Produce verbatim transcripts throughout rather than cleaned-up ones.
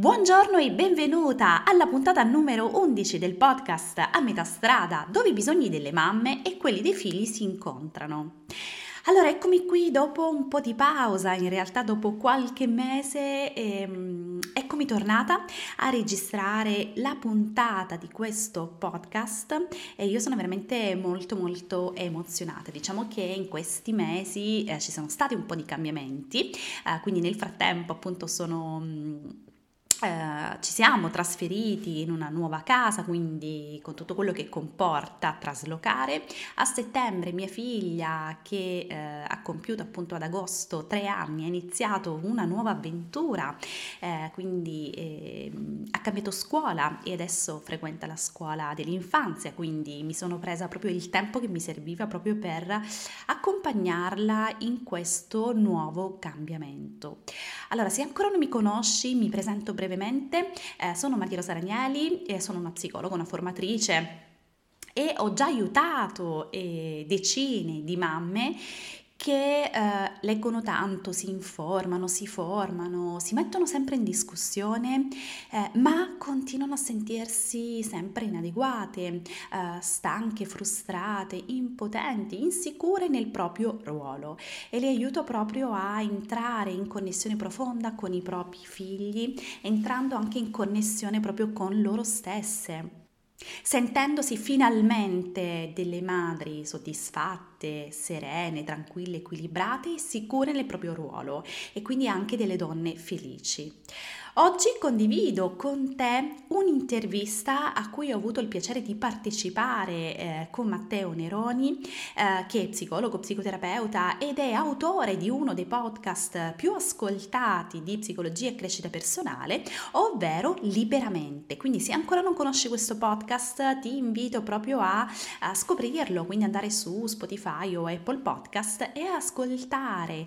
Buongiorno e benvenuta alla puntata numero undici del podcast A Metà Strada, dove i bisogni delle mamme e quelli dei figli si incontrano. Allora, eccomi qui dopo un po' di pausa, in realtà dopo qualche mese, ehm, eccomi tornata a registrare la puntata di questo podcast e io sono veramente molto molto emozionata. Diciamo che in questi mesi eh, ci sono stati un po' di cambiamenti, eh, quindi nel frattempo appunto sono... Mh, Uh, ci siamo trasferiti in una nuova casa, quindi con tutto quello che comporta traslocare. A settembre mia figlia, che uh, ha compiuto appunto ad agosto tre anni, ha iniziato una nuova avventura, uh, quindi eh, ha cambiato scuola e adesso frequenta la scuola dell'infanzia, quindi mi sono presa proprio il tempo che mi serviva proprio per accompagnarla in questo nuovo cambiamento. Allora, se ancora non mi conosci, mi presento brevemente, eh, sono Maria Rosa Ranieri, eh, sono una psicologa, una formatrice e ho già aiutato eh, decine di mamme che eh, leggono tanto, si informano, si formano, si mettono sempre in discussione, eh, ma continuano a sentirsi sempre inadeguate, eh, stanche, frustrate, impotenti, insicure nel proprio ruolo e le aiuto proprio a entrare in connessione profonda con i propri figli, entrando anche in connessione proprio con loro stesse, sentendosi finalmente delle madri soddisfatte, serene, tranquille, equilibrate e sicure nel proprio ruolo e quindi anche delle donne felici. Oggi condivido con te un'intervista a cui ho avuto il piacere di partecipare eh, con Matteo Neroni, eh, che è psicologo, psicoterapeuta ed è autore di uno dei podcast più ascoltati di psicologia e crescita personale, ovvero Liberamente. Quindi se ancora non conosci questo podcast ti invito proprio a, a scoprirlo, quindi andare su Spotify o Apple Podcast e ascoltare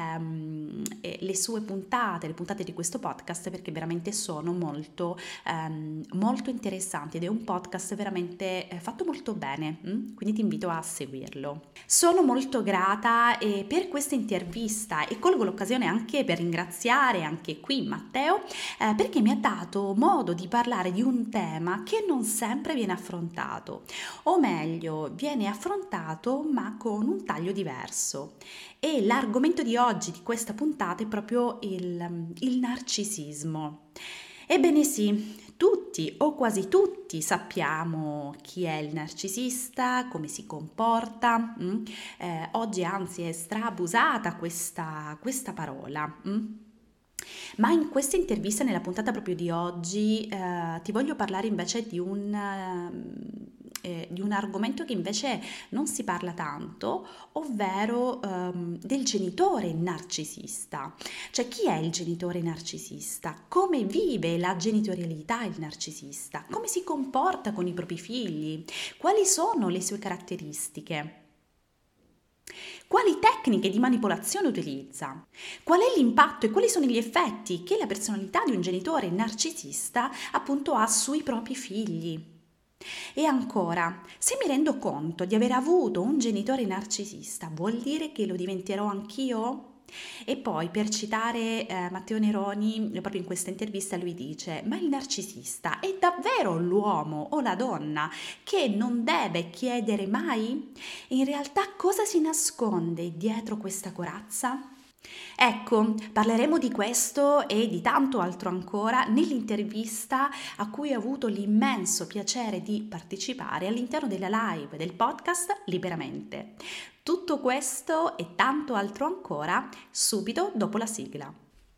ehm, le sue puntate, le puntate di questo podcast, perché veramente sono molto, ehm, molto interessanti ed è un podcast veramente eh, fatto molto bene, hm? Quindi ti invito a seguirlo. Sono molto grata eh, per questa intervista e colgo l'occasione anche per ringraziare anche qui Matteo eh, perché mi ha dato modo di parlare di un tema che non sempre viene affrontato, o meglio viene affrontato ma con un taglio diverso. E l'argomento di oggi, di questa puntata, è proprio il, il narcisismo. Ebbene sì, tutti o quasi tutti sappiamo chi è il narcisista, come si comporta. Mm? Eh, oggi anzi è strabusata questa, questa parola. Mm? Ma in questa intervista, nella puntata proprio di oggi, eh, ti voglio parlare invece di un... Eh, Eh, di un argomento che invece non si parla tanto, ovvero ehm, del genitore narcisista. Cioè, chi è il genitore narcisista? Come vive la genitorialità il narcisista? Come si comporta con i propri figli? Quali sono le sue caratteristiche? Quali tecniche di manipolazione utilizza? Qual è l'impatto e quali sono gli effetti che la personalità di un genitore narcisista appunto ha sui propri figli? E ancora, se mi rendo conto di aver avuto un genitore narcisista, vuol dire che lo diventerò anch'io? E poi, per citare eh, Matteo Neroni, proprio in questa intervista lui dice: ma il narcisista è davvero l'uomo o la donna che non deve chiedere mai? In realtà cosa si nasconde dietro questa corazza? Ecco, parleremo di questo e di tanto altro ancora nell'intervista a cui ho avuto l'immenso piacere di partecipare all'interno della live del podcast Liberamente. Tutto questo e tanto altro ancora subito dopo la sigla.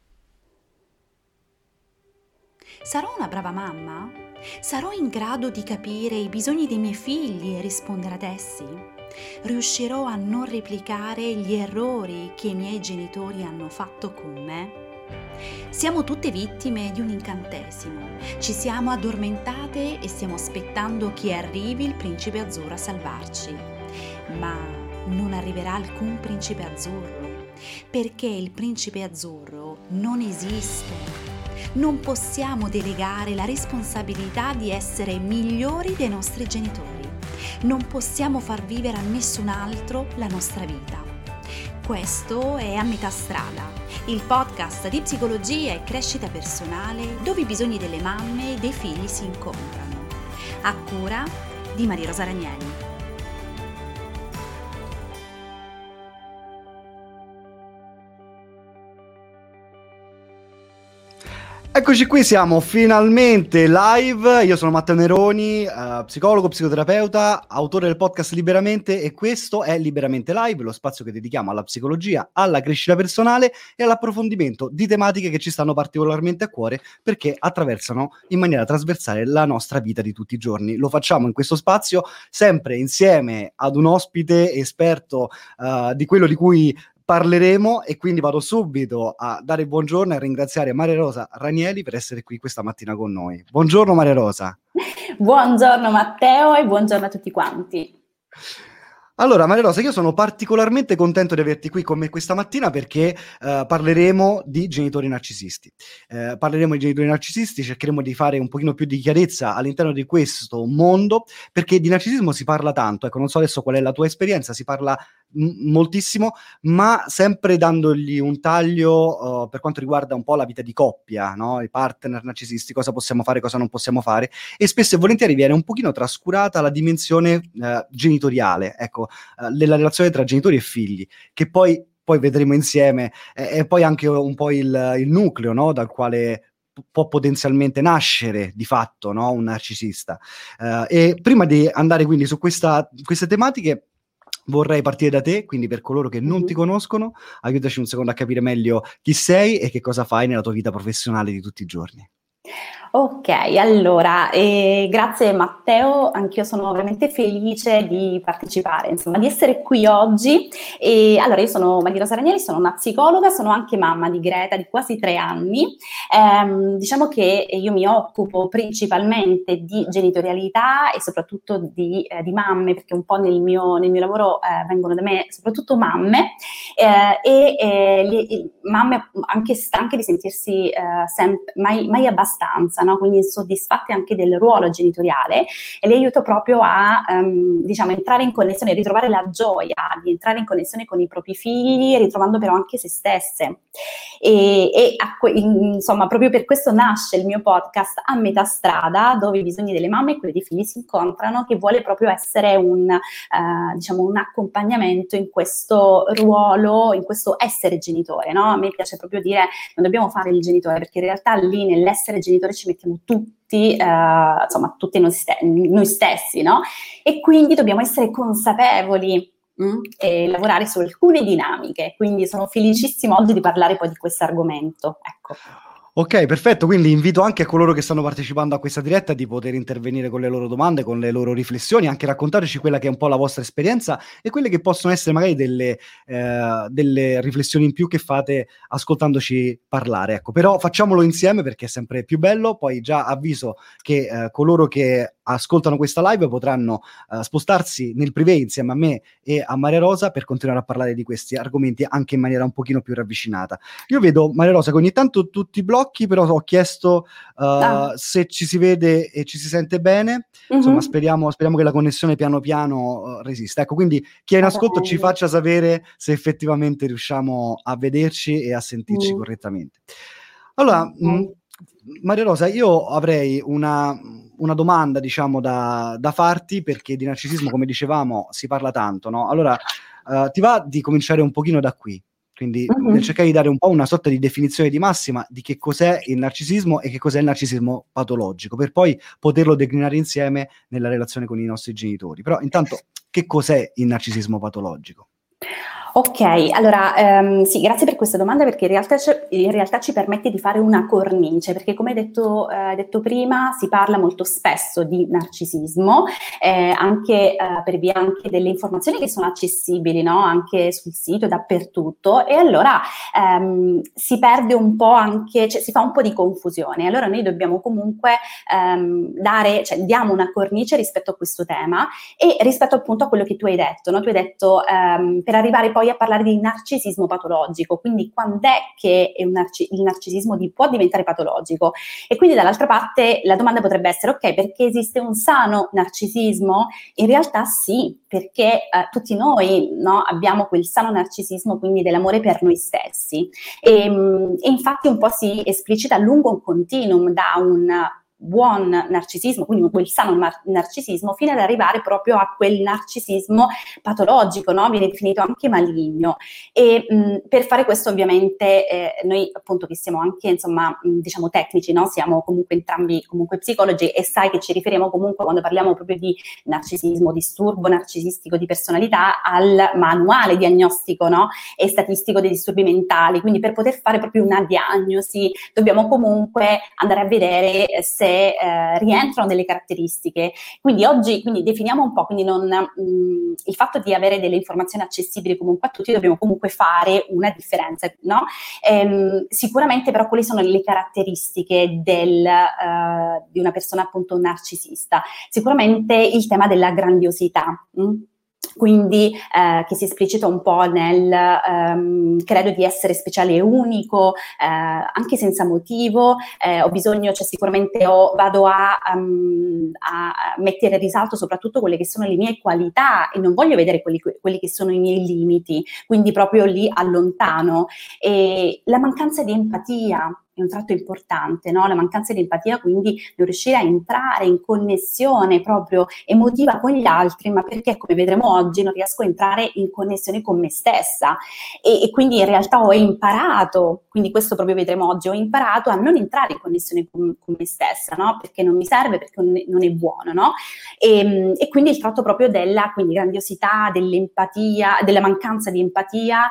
Sarò una brava mamma? Sarò in grado di capire i bisogni dei miei figli e rispondere ad essi? Riuscirò a non replicare gli errori che i miei genitori hanno fatto con me? Siamo tutte vittime di un incantesimo. Ci siamo addormentate e stiamo aspettando che arrivi il principe azzurro a salvarci. Ma non arriverà alcun principe azzurro, perché il principe azzurro non esiste. Non possiamo delegare la responsabilità di essere migliori dei nostri genitori. Non possiamo far vivere a nessun altro la nostra vita. Questo è A Metà Strada, il podcast podcast di psicologia e crescita personale dove i bisogni delle mamme e dei figli si incontrano. A cura di Maria Rosa Ranieri. Eccoci qui, siamo finalmente live. Io sono Matteo Neroni, uh, psicologo, psicoterapeuta, autore del podcast Liberamente, e questo è Liberamente Live, lo spazio che dedichiamo alla psicologia, alla crescita personale e all'approfondimento di tematiche che ci stanno particolarmente a cuore perché attraversano in maniera trasversale la nostra vita di tutti i giorni. Lo facciamo in questo spazio sempre insieme ad un ospite esperto uh, di quello di cui parleremo, e quindi vado subito a dare il buongiorno e a ringraziare Maria Rosa Ranieri per essere qui questa mattina con noi. Buongiorno Maria Rosa. Buongiorno Matteo e buongiorno a tutti quanti. Allora Maria Rosa, io sono particolarmente contento di averti qui con me questa mattina perché uh, parleremo di genitori narcisisti. Uh, parleremo di genitori narcisisti, cercheremo di fare un pochino più di chiarezza all'interno di questo mondo, perché di narcisismo si parla tanto. Ecco, non so adesso qual è la tua esperienza, si parla m- moltissimo, ma sempre dandogli un taglio uh, per quanto riguarda un po' la vita di coppia, no? I partner narcisisti, cosa possiamo fare, cosa non possiamo fare, e spesso e volentieri viene un pochino trascurata la dimensione uh, genitoriale, ecco, della relazione tra genitori e figli, che poi, poi vedremo insieme, e eh, poi anche un po' il, il nucleo, no? Dal quale p- può potenzialmente nascere di fatto, no? Un narcisista. Uh, e prima di andare quindi su questa, queste tematiche, vorrei partire da te, quindi per coloro che non Mm-hmm. ti conoscono, aiutaci un secondo a capire meglio chi sei e che cosa fai nella tua vita professionale di tutti i giorni. Ok, allora, eh, grazie Matteo, anch'io sono veramente felice di partecipare, insomma, di essere qui oggi. E allora, io sono Maria Rosa Ranieri, sono una psicologa, sono anche mamma di Greta di quasi tre anni. Ehm, diciamo che io mi occupo principalmente di genitorialità e soprattutto di, eh, di mamme, perché un po' nel mio, nel mio lavoro eh, vengono da me soprattutto mamme, eh, e eh, le, le mamme anche stanche di sentirsi eh, sempre, mai, mai abbastanza, no? Quindi insoddisfatte anche del ruolo genitoriale, e le aiuto proprio a um, diciamo entrare in connessione, ritrovare la gioia di entrare in connessione con i propri figli, ritrovando però anche se stesse. E, e a, insomma, proprio per questo nasce il mio podcast A Metà Strada, dove i bisogni delle mamme e quelli dei figli si incontrano, che vuole proprio essere un, uh, diciamo, un accompagnamento in questo ruolo, in questo essere genitore, no? A me piace proprio dire, non dobbiamo fare il genitore, perché in realtà lì nell'essere genitore ci mettiamo tutti, eh, insomma, tutti noi, st- noi stessi, no? E quindi dobbiamo essere consapevoli mh, e lavorare su alcune dinamiche. Quindi sono felicissima oggi di parlare poi di questo argomento. Ecco. Ok, perfetto, quindi invito anche a coloro che stanno partecipando a questa diretta di poter intervenire con le loro domande, con le loro riflessioni, anche raccontarci quella che è un po' la vostra esperienza e quelle che possono essere magari delle, eh, delle riflessioni in più che fate ascoltandoci parlare. Ecco, però facciamolo insieme perché è sempre più bello. Poi già avviso che eh, coloro che ascoltano questa live potranno uh, spostarsi nel privé insieme a me e a Maria Rosa per continuare a parlare di questi argomenti anche in maniera un pochino più ravvicinata. Io vedo, Maria Rosa, che ogni tanto tu ti blocchi, però ho chiesto uh, ah. se ci si vede e ci si sente bene. Mm-hmm. Insomma, speriamo, speriamo che la connessione piano piano uh, resista. Ecco, quindi chi è in ascolto ci faccia sapere se effettivamente riusciamo a vederci e a sentirci mm. correttamente. Allora, mm. mh, Maria Rosa, io avrei una, una domanda, diciamo, da, da farti, perché di narcisismo, come dicevamo, si parla tanto, no? Allora, uh, ti va di cominciare un pochino da qui? Quindi uh-huh. nel cercare di dare un po' una sorta di definizione di massima di che cos'è il narcisismo e che cos'è il narcisismo patologico, per poi poterlo declinare insieme nella relazione con i nostri genitori. Però intanto, che cos'è il narcisismo patologico? Ok, allora ehm, sì, grazie per questa domanda, perché in realtà, in realtà ci permette di fare una cornice, perché come detto, eh, detto prima si parla molto spesso di narcisismo, eh, anche eh, per via anche delle informazioni che sono accessibili, no? Anche sul sito e dappertutto, e allora ehm, si perde un po' anche, cioè si fa un po' di confusione. Allora noi dobbiamo comunque ehm, dare, cioè diamo una cornice rispetto a questo tema e rispetto appunto a quello che tu hai detto, no? Tu hai detto ehm, per arrivare poi poi a parlare di narcisismo patologico, quindi quando è che è un narci- il narcisismo di, può diventare patologico. E quindi dall'altra parte la domanda potrebbe essere, ok, perché esiste un sano narcisismo? In realtà sì, perché eh, tutti noi, no, abbiamo quel sano narcisismo, quindi dell'amore per noi stessi. E, e infatti un po' si esplicita lungo un continuum da un buon narcisismo, quindi quel sano mar- narcisismo, fino ad arrivare proprio a quel narcisismo patologico, no? Viene definito anche maligno. E mh, per fare questo ovviamente eh, noi appunto che siamo anche insomma mh, diciamo tecnici, no? Siamo comunque entrambi comunque psicologi e sai che ci riferiamo comunque quando parliamo proprio di narcisismo, disturbo narcisistico di personalità al manuale diagnostico, no? E statistico dei disturbi mentali, quindi per poter fare proprio una diagnosi dobbiamo comunque andare a vedere se Eh, rientrano delle caratteristiche. Quindi oggi quindi definiamo un po', quindi non, mh, il fatto di avere delle informazioni accessibili comunque a tutti, dobbiamo comunque fare una differenza, no? Ehm, sicuramente però quali sono le caratteristiche del, uh, di una persona appunto narcisista? Sicuramente il tema della grandiosità, mh? Quindi eh, che si esplicita un po' nel ehm, credo di essere speciale e unico, eh, anche senza motivo, eh, ho bisogno, cioè sicuramente ho, vado a, um, a mettere in risalto soprattutto quelle che sono le mie qualità e non voglio vedere quelli, quelli che sono i miei limiti, quindi proprio lì allontano. E la mancanza di empatia è un tratto importante, no? La mancanza di empatia, quindi non riuscire a entrare in connessione proprio emotiva con gli altri, ma perché, come vedremo oggi, non riesco a entrare in connessione con me stessa e, e quindi in realtà ho imparato, quindi questo proprio vedremo oggi, ho imparato a non entrare in connessione con, con me stessa, no? Perché non mi serve, perché non è, non è buono, no? E, e quindi il tratto proprio della quindi grandiosità, dell'empatia, della mancanza di empatia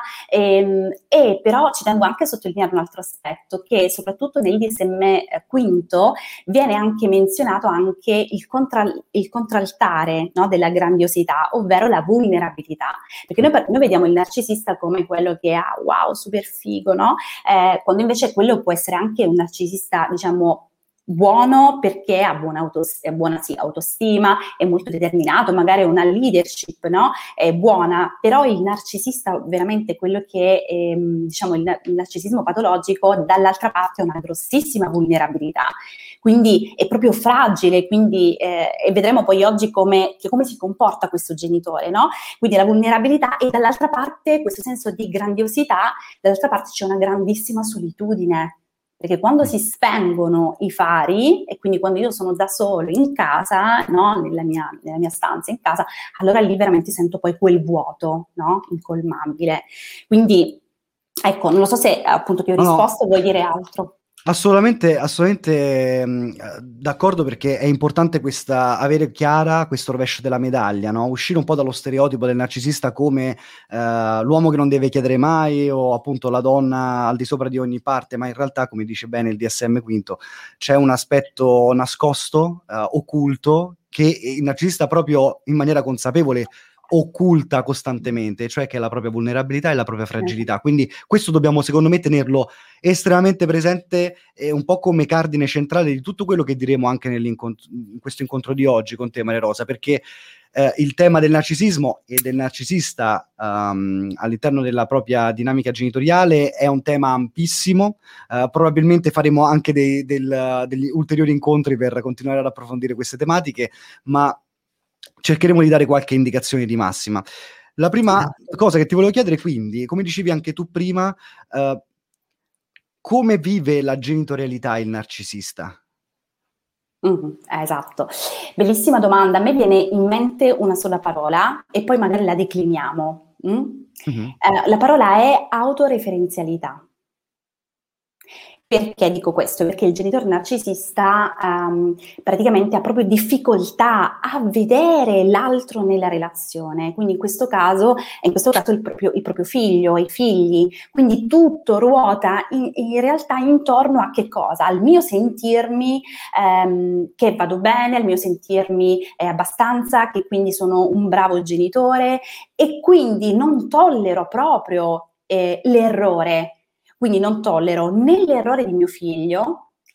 e, e però ci tengo anche a sottolineare un altro aspetto, che soprattutto nel D S M quinto viene anche menzionato anche il, contra, il contraltare, no, della grandiosità, ovvero la vulnerabilità, perché noi, noi vediamo il narcisista come quello che ha wow, super figo, no? Eh, quando invece quello può essere anche un narcisista, diciamo, buono perché ha buona, autos- buona sì, autostima, è molto determinato, magari una leadership, no? È buona, però il narcisista, veramente quello che è, ehm, diciamo, il, il narcisismo patologico, dall'altra parte ha una grossissima vulnerabilità, quindi è proprio fragile, quindi, eh, e vedremo poi oggi come, che come si comporta questo genitore, no? Quindi la vulnerabilità e dall'altra parte questo senso di grandiosità, dall'altra parte c'è una grandissima solitudine. Perché quando si spengono i fari, e quindi quando io sono da solo in casa, no, nella mia, nella mia stanza in casa, allora lì veramente sento poi quel vuoto, no, incolmabile. Quindi, ecco, non lo so se appunto ti ho risposto, no, no. Vuoi dire altro? Assolutamente, assolutamente mh, d'accordo, perché è importante questa, avere chiara questo rovescio della medaglia, no? Uscire un po' dallo stereotipo del narcisista come eh, l'uomo che non deve chiedere mai o appunto la donna al di sopra di ogni parte, ma in realtà, come dice bene il D S M quinto, c'è un aspetto nascosto, eh, occulto, che il narcisista proprio in maniera consapevole occulta costantemente, cioè che è la propria vulnerabilità e la propria fragilità. Quindi questo dobbiamo secondo me tenerlo estremamente presente, eh, un po' come cardine centrale di tutto quello che diremo anche in questo incontro di oggi con te, Maria Rosa, perché eh, il tema del narcisismo e del narcisista um, all'interno della propria dinamica genitoriale è un tema ampissimo, uh, probabilmente faremo anche dei, del, degli ulteriori incontri per continuare ad approfondire queste tematiche, ma cercheremo di dare qualche indicazione di massima. La prima cosa che ti volevo chiedere, quindi, come dicevi anche tu prima, uh, come vive la genitorialità il narcisista? Mm, esatto, bellissima domanda. A me viene in mente una sola parola e poi magari la decliniamo. Mm? Mm-hmm. Eh, la parola è autoreferenzialità. Perché dico questo? Perché il genitore narcisista um, praticamente ha proprio difficoltà a vedere l'altro nella relazione, quindi in questo caso, in questo caso il proprio, il proprio figlio, i figli, quindi tutto ruota in, in realtà intorno a che cosa? Al mio sentirmi um, che vado bene, al mio sentirmi eh, abbastanza, che quindi sono un bravo genitore e quindi non tollero proprio eh, l'errore. Quindi non tollero né l'errore di mio figlio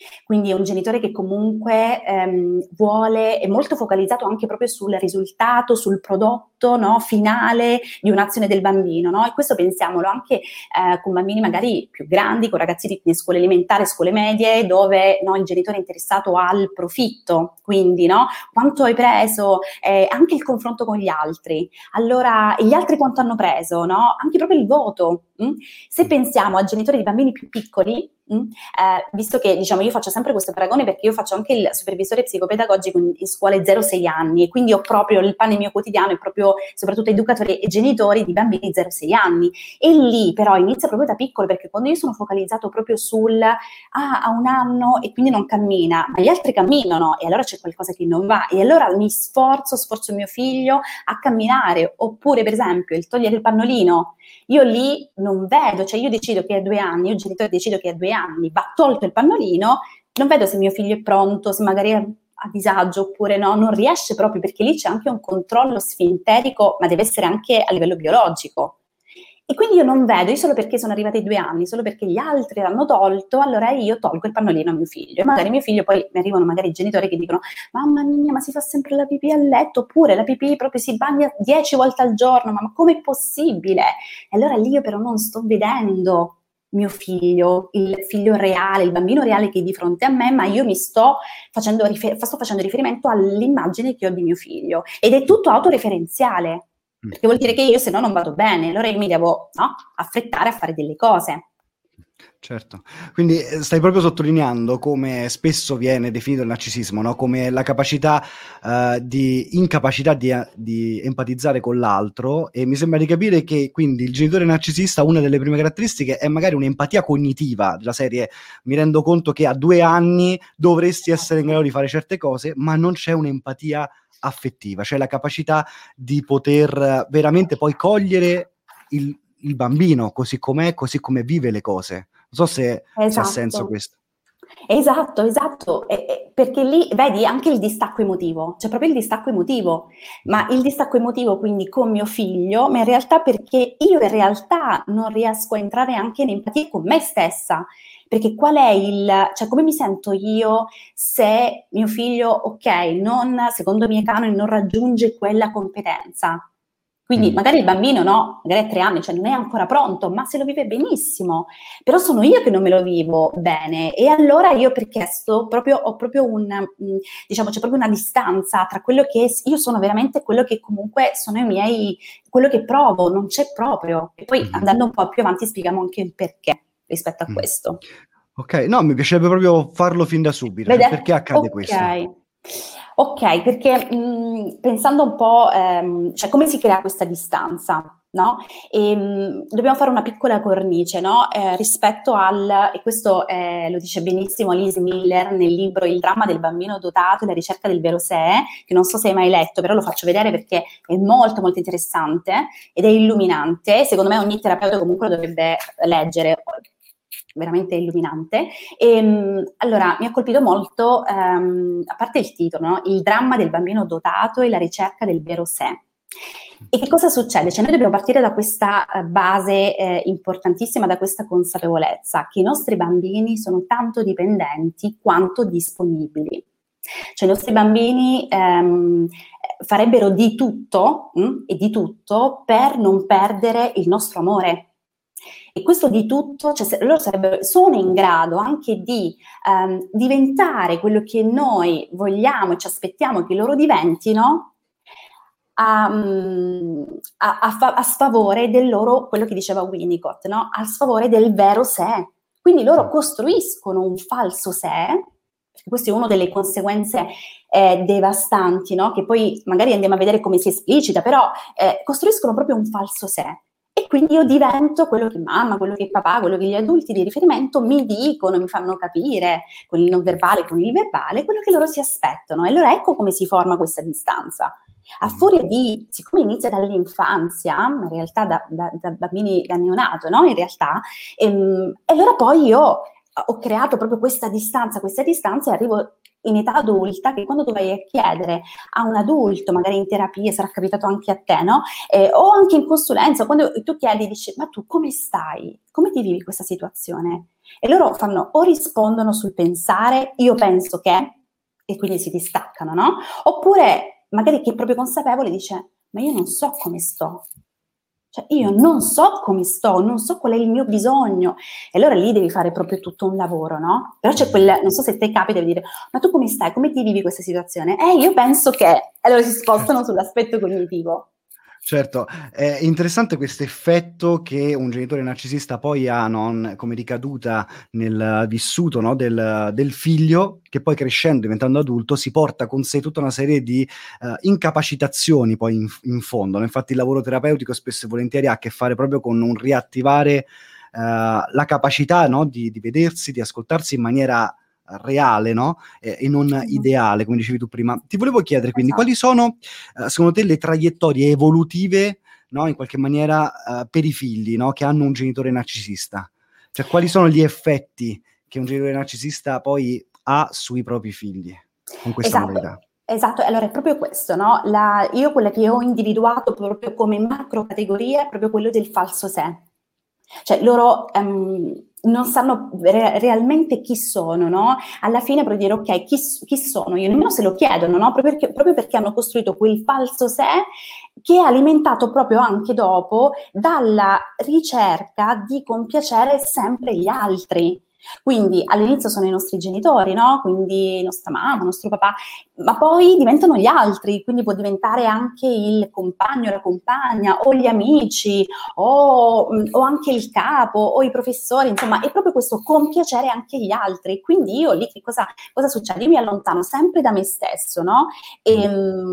Quindi è un genitore che comunque ehm, vuole, è molto focalizzato anche proprio sul risultato, sul prodotto, no, finale di un'azione del bambino, no? E questo pensiamolo anche eh, con bambini magari più grandi, con ragazzini in scuole elementari, scuole medie, dove no, il genitore è interessato al profitto, quindi no, quanto hai preso, eh, anche il confronto con gli altri, allora e gli altri quanto hanno preso, no? Anche proprio il voto. Mh? Se pensiamo a genitori di bambini più piccoli, mh, eh, visto che diciamo io faccio sempre questo paragone perché io faccio anche il supervisore psicopedagogico in, in scuole zero sei anni e quindi ho proprio il pane mio quotidiano e proprio soprattutto educatori e genitori di bambini zero sei anni e lì però inizia proprio da piccolo perché quando io sono focalizzato proprio sul ah ha un anno e quindi non cammina ma gli altri camminano e allora c'è qualcosa che non va e allora mi sforzo, sforzo mio figlio a camminare oppure per esempio il togliere il pannolino. Io lì non vedo, cioè io decido che a due anni, io genitore decido che a due anni va tolto il pannolino, non vedo se mio figlio è pronto, se magari è a disagio oppure no, non riesce proprio perché lì c'è anche un controllo sfinterico, ma deve essere anche a livello biologico. E quindi io non vedo, io solo perché sono arrivati i due anni, solo perché gli altri l'hanno tolto, allora io tolgo il pannolino a mio figlio. E magari mio figlio, poi mi arrivano magari i genitori che dicono mamma mia, ma si fa sempre la pipì a letto, oppure la pipì proprio si bagna dieci volte al giorno, ma com'è possibile? E allora lì io però non sto vedendo mio figlio, il figlio reale, il bambino reale che è di fronte a me, ma io mi sto facendo, rifer- sto facendo riferimento all'immagine che ho di mio figlio. Ed è tutto autoreferenziale. Perché vuol dire che io se no non vado bene, allora io mi devo no, affrettare a fare delle cose. Certo, quindi stai proprio sottolineando come spesso viene definito il narcisismo, no? Come la capacità uh, di incapacità di, di empatizzare con l'altro e mi sembra di capire che quindi il genitore narcisista una delle prime caratteristiche è magari un'empatia cognitiva della serie mi rendo conto che a due anni dovresti essere in grado di fare certe cose ma non c'è un'empatia affettiva, cioè la capacità di poter veramente poi cogliere il, il bambino così com'è, così come vive le cose. Non so se, esatto. se ha senso questo. Esatto, esatto, e, e, perché lì vedi anche il distacco emotivo, c'è proprio il distacco emotivo, ma il distacco emotivo quindi con mio figlio, ma in realtà perché io in realtà non riesco a entrare anche in empatia con me stessa, perché qual è il, cioè come mi sento io se mio figlio, ok, non, secondo i miei canoni non raggiunge quella competenza. Quindi mm. magari il bambino no, magari ha tre anni, cioè non è ancora pronto, ma se lo vive benissimo. Però sono io che non me lo vivo bene e allora io perché sto proprio, ho proprio un, diciamo, c'è proprio una distanza tra quello che io sono veramente quello che comunque sono i miei, quello che provo, non c'è proprio. E poi mm. andando un po' più avanti spieghiamo anche il perché rispetto a mm. questo. Ok, no, mi piacerebbe proprio farlo fin da subito, cioè, perché accade okay. questo? Ok, perché mh, pensando un po', ehm, cioè come si crea questa distanza, no? E, mh, dobbiamo fare una piccola cornice, no? Eh, rispetto al, e questo eh, lo dice benissimo Liz Miller nel libro Il dramma del bambino dotato e la ricerca del vero sé, che non so se hai mai letto, però lo faccio vedere perché è molto molto interessante ed è illuminante, secondo me ogni terapeuta comunque lo dovrebbe leggere, veramente illuminante. E, allora, mi ha colpito molto, um, a parte il titolo, no? Il dramma del bambino dotato e la ricerca del vero sé. E che cosa succede? Cioè noi dobbiamo partire da questa base eh, importantissima, da questa consapevolezza che i nostri bambini sono tanto dipendenti quanto disponibili. Cioè i nostri bambini ehm, farebbero di tutto hm, e di tutto per non perdere il nostro amore. E questo di tutto, cioè loro sarebbero, sono in grado anche di um, diventare quello che noi vogliamo e ci aspettiamo che loro diventino a, a, a, fa, a sfavore del loro, quello che diceva Winnicott, no? A sfavore del vero sé. Quindi loro costruiscono un falso sé, perché questa è una delle conseguenze eh, devastanti, no? Che poi magari andiamo a vedere come si esplicita, però eh, costruiscono proprio un falso sé. E quindi io divento quello che mamma, quello che papà, quello che gli adulti di riferimento mi dicono, mi fanno capire con il non verbale, con il verbale, quello che loro si aspettano. E allora ecco come si forma questa distanza. A furia di, siccome inizia dall'infanzia, in realtà da, da, da bambini da neonato, no? In realtà, ehm, e allora poi io ho creato proprio questa distanza, questa distanza e arrivo in età adulta che quando tu vai a chiedere a un adulto, magari in terapia, sarà capitato anche a te, no? Eh, o anche in consulenza, quando tu chiedi, dici, ma tu come stai? Come ti vivi questa situazione? E loro fanno o rispondono sul pensare, io penso che, e quindi si distaccano, no? Oppure magari chi è proprio consapevole dice, ma io non so come sto. Cioè io non so come sto, non so qual è il mio bisogno. E allora lì devi fare proprio tutto un lavoro, no? Però c'è quel, non so se te capita di dire, ma tu come stai? Come ti vivi questa situazione? Eh, io penso che... E allora si spostano sull'aspetto cognitivo. Certo, è interessante questo effetto che un genitore narcisista poi ha, no, come ricaduta nel vissuto, no, del, del figlio, che poi crescendo, diventando adulto, si porta con sé tutta una serie di uh, incapacitazioni poi in, in fondo. No? Infatti il lavoro terapeutico spesso e volentieri ha a che fare proprio con un riattivare uh, la capacità, no, di, di vedersi, di ascoltarsi in maniera reale, no? Eh, e non mm-hmm. ideale, come dicevi tu prima. Ti volevo chiedere quindi esatto. quali sono uh, secondo te le traiettorie evolutive, no, in qualche maniera uh, per i figli, no, che hanno un genitore narcisista? Cioè quali sono gli effetti che un genitore narcisista poi ha sui propri figli con questa esatto. modalità? Esatto, allora è proprio questo, no? La, io quella che ho individuato proprio come macro categoria è proprio quello del falso sé. Cioè loro um, non sanno re- realmente chi sono, no? Alla fine per dire ok, chi, chi sono io? Nemmeno se lo chiedono, no? Proprio perché, proprio perché hanno costruito quel falso sé che è alimentato proprio anche dopo dalla ricerca di compiacere sempre gli altri. Quindi all'inizio sono i nostri genitori, no? Quindi nostra mamma, nostro papà, ma poi diventano gli altri, quindi può diventare anche il compagno, la compagna, o gli amici, o, o anche il capo, o i professori, insomma, è proprio questo compiacere anche gli altri. Quindi io lì che cosa, cosa succede? Io mi allontano sempre da me stesso, no? E,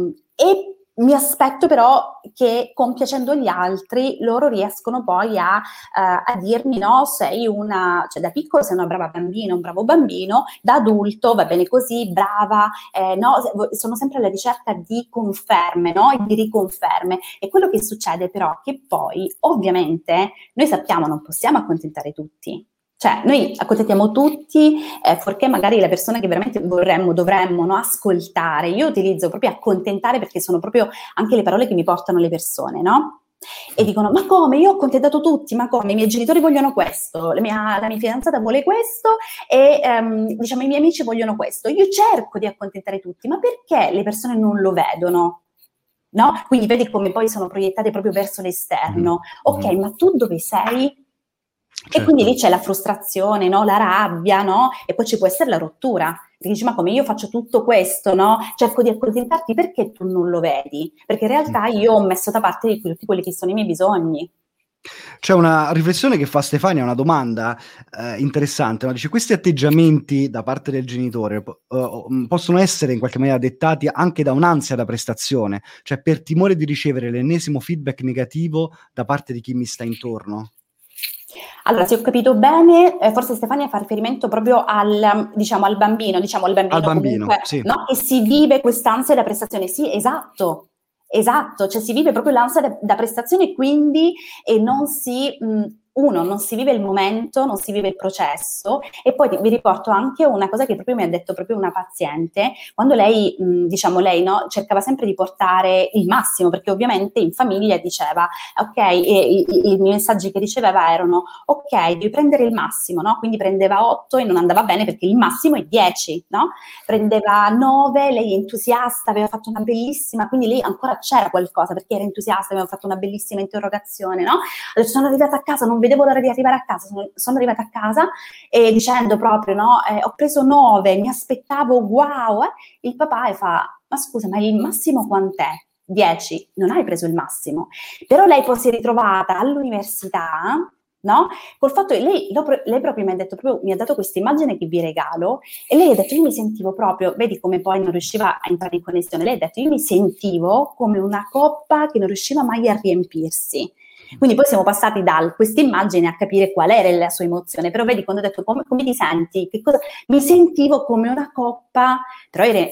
e mi aspetto però che compiacendo gli altri loro riescono poi a, uh, a dirmi no, sei una, cioè da piccolo sei una brava bambina, un bravo bambino, da adulto va bene così, brava, eh, no, sono sempre alla ricerca di conferme, no, e di riconferme. E quello che succede però è che poi ovviamente noi sappiamo non possiamo accontentare tutti. Cioè, noi accontentiamo tutti, eh, fuorché magari la persona che veramente vorremmo, dovremmo, no, ascoltare. Io utilizzo proprio accontentare perché sono proprio anche le parole che mi portano le persone, no? E dicono, ma come? Io ho accontentato tutti, ma come? I miei genitori vogliono questo, la mia, la mia fidanzata vuole questo e um, diciamo i miei amici vogliono questo. Io cerco di accontentare tutti, ma perché le persone non lo vedono? No? Quindi vedi come poi sono proiettate proprio verso l'esterno. Mm-hmm. Ok, ma tu dove sei? Certo. E quindi lì c'è la frustrazione, no? La rabbia, no? E poi ci può essere la rottura. Perché dici, ma come io faccio tutto questo, no? Cerco di accontentarti, perché tu non lo vedi? Perché in realtà io ho messo da parte di tutti quelli che sono i miei bisogni. C'è una riflessione che fa Stefania, una domanda eh, interessante, no? Dice, questi atteggiamenti da parte del genitore uh, possono essere in qualche maniera dettati anche da un'ansia da prestazione, cioè per timore di ricevere l'ennesimo feedback negativo da parte di chi mi sta intorno? Allora, se ho capito bene, eh, forse Stefania fa riferimento proprio al, diciamo, al bambino, diciamo al bambino, al bambino comunque, sì. No? Che si vive quest'ansia da prestazione. Sì, esatto, esatto, cioè si vive proprio l'ansia da, da prestazione e quindi e non si... Mh, uno, non si vive il momento, non si vive il processo. E poi vi riporto anche una cosa che proprio mi ha detto proprio una paziente, quando lei, mh, diciamo lei, no, cercava sempre di portare il massimo, perché ovviamente in famiglia diceva, ok, e i, i, i messaggi che riceveva erano, ok, devi prendere il massimo, no? Quindi prendeva otto e non andava bene perché il massimo è dieci, no? Prendeva nove, lei è entusiasta, aveva fatto una bellissima, quindi lei ancora c'era qualcosa, perché era entusiasta, aveva fatto una bellissima interrogazione, no? Allora sono arrivata a casa, non vedevo l'ora di arrivare a casa, sono, sono arrivata a casa e dicendo proprio, no, eh, ho preso nove, mi aspettavo wow, eh? Il papà e fa, ma scusa, ma il massimo quant'è? dieci, non hai preso il massimo. Però lei poi si è ritrovata all'università, no? Col fatto che lei, lei proprio mi ha detto, proprio, mi ha dato questa immagine che vi regalo, e lei ha detto, io mi sentivo proprio, vedi come poi non riusciva a entrare in connessione, lei ha detto, io mi sentivo come una coppa che non riusciva mai a riempirsi. Quindi poi siamo passati da questa immagine a capire qual era la sua emozione, però vedi quando ho detto come, come ti senti? Che cosa? Mi sentivo come una coppa, però era,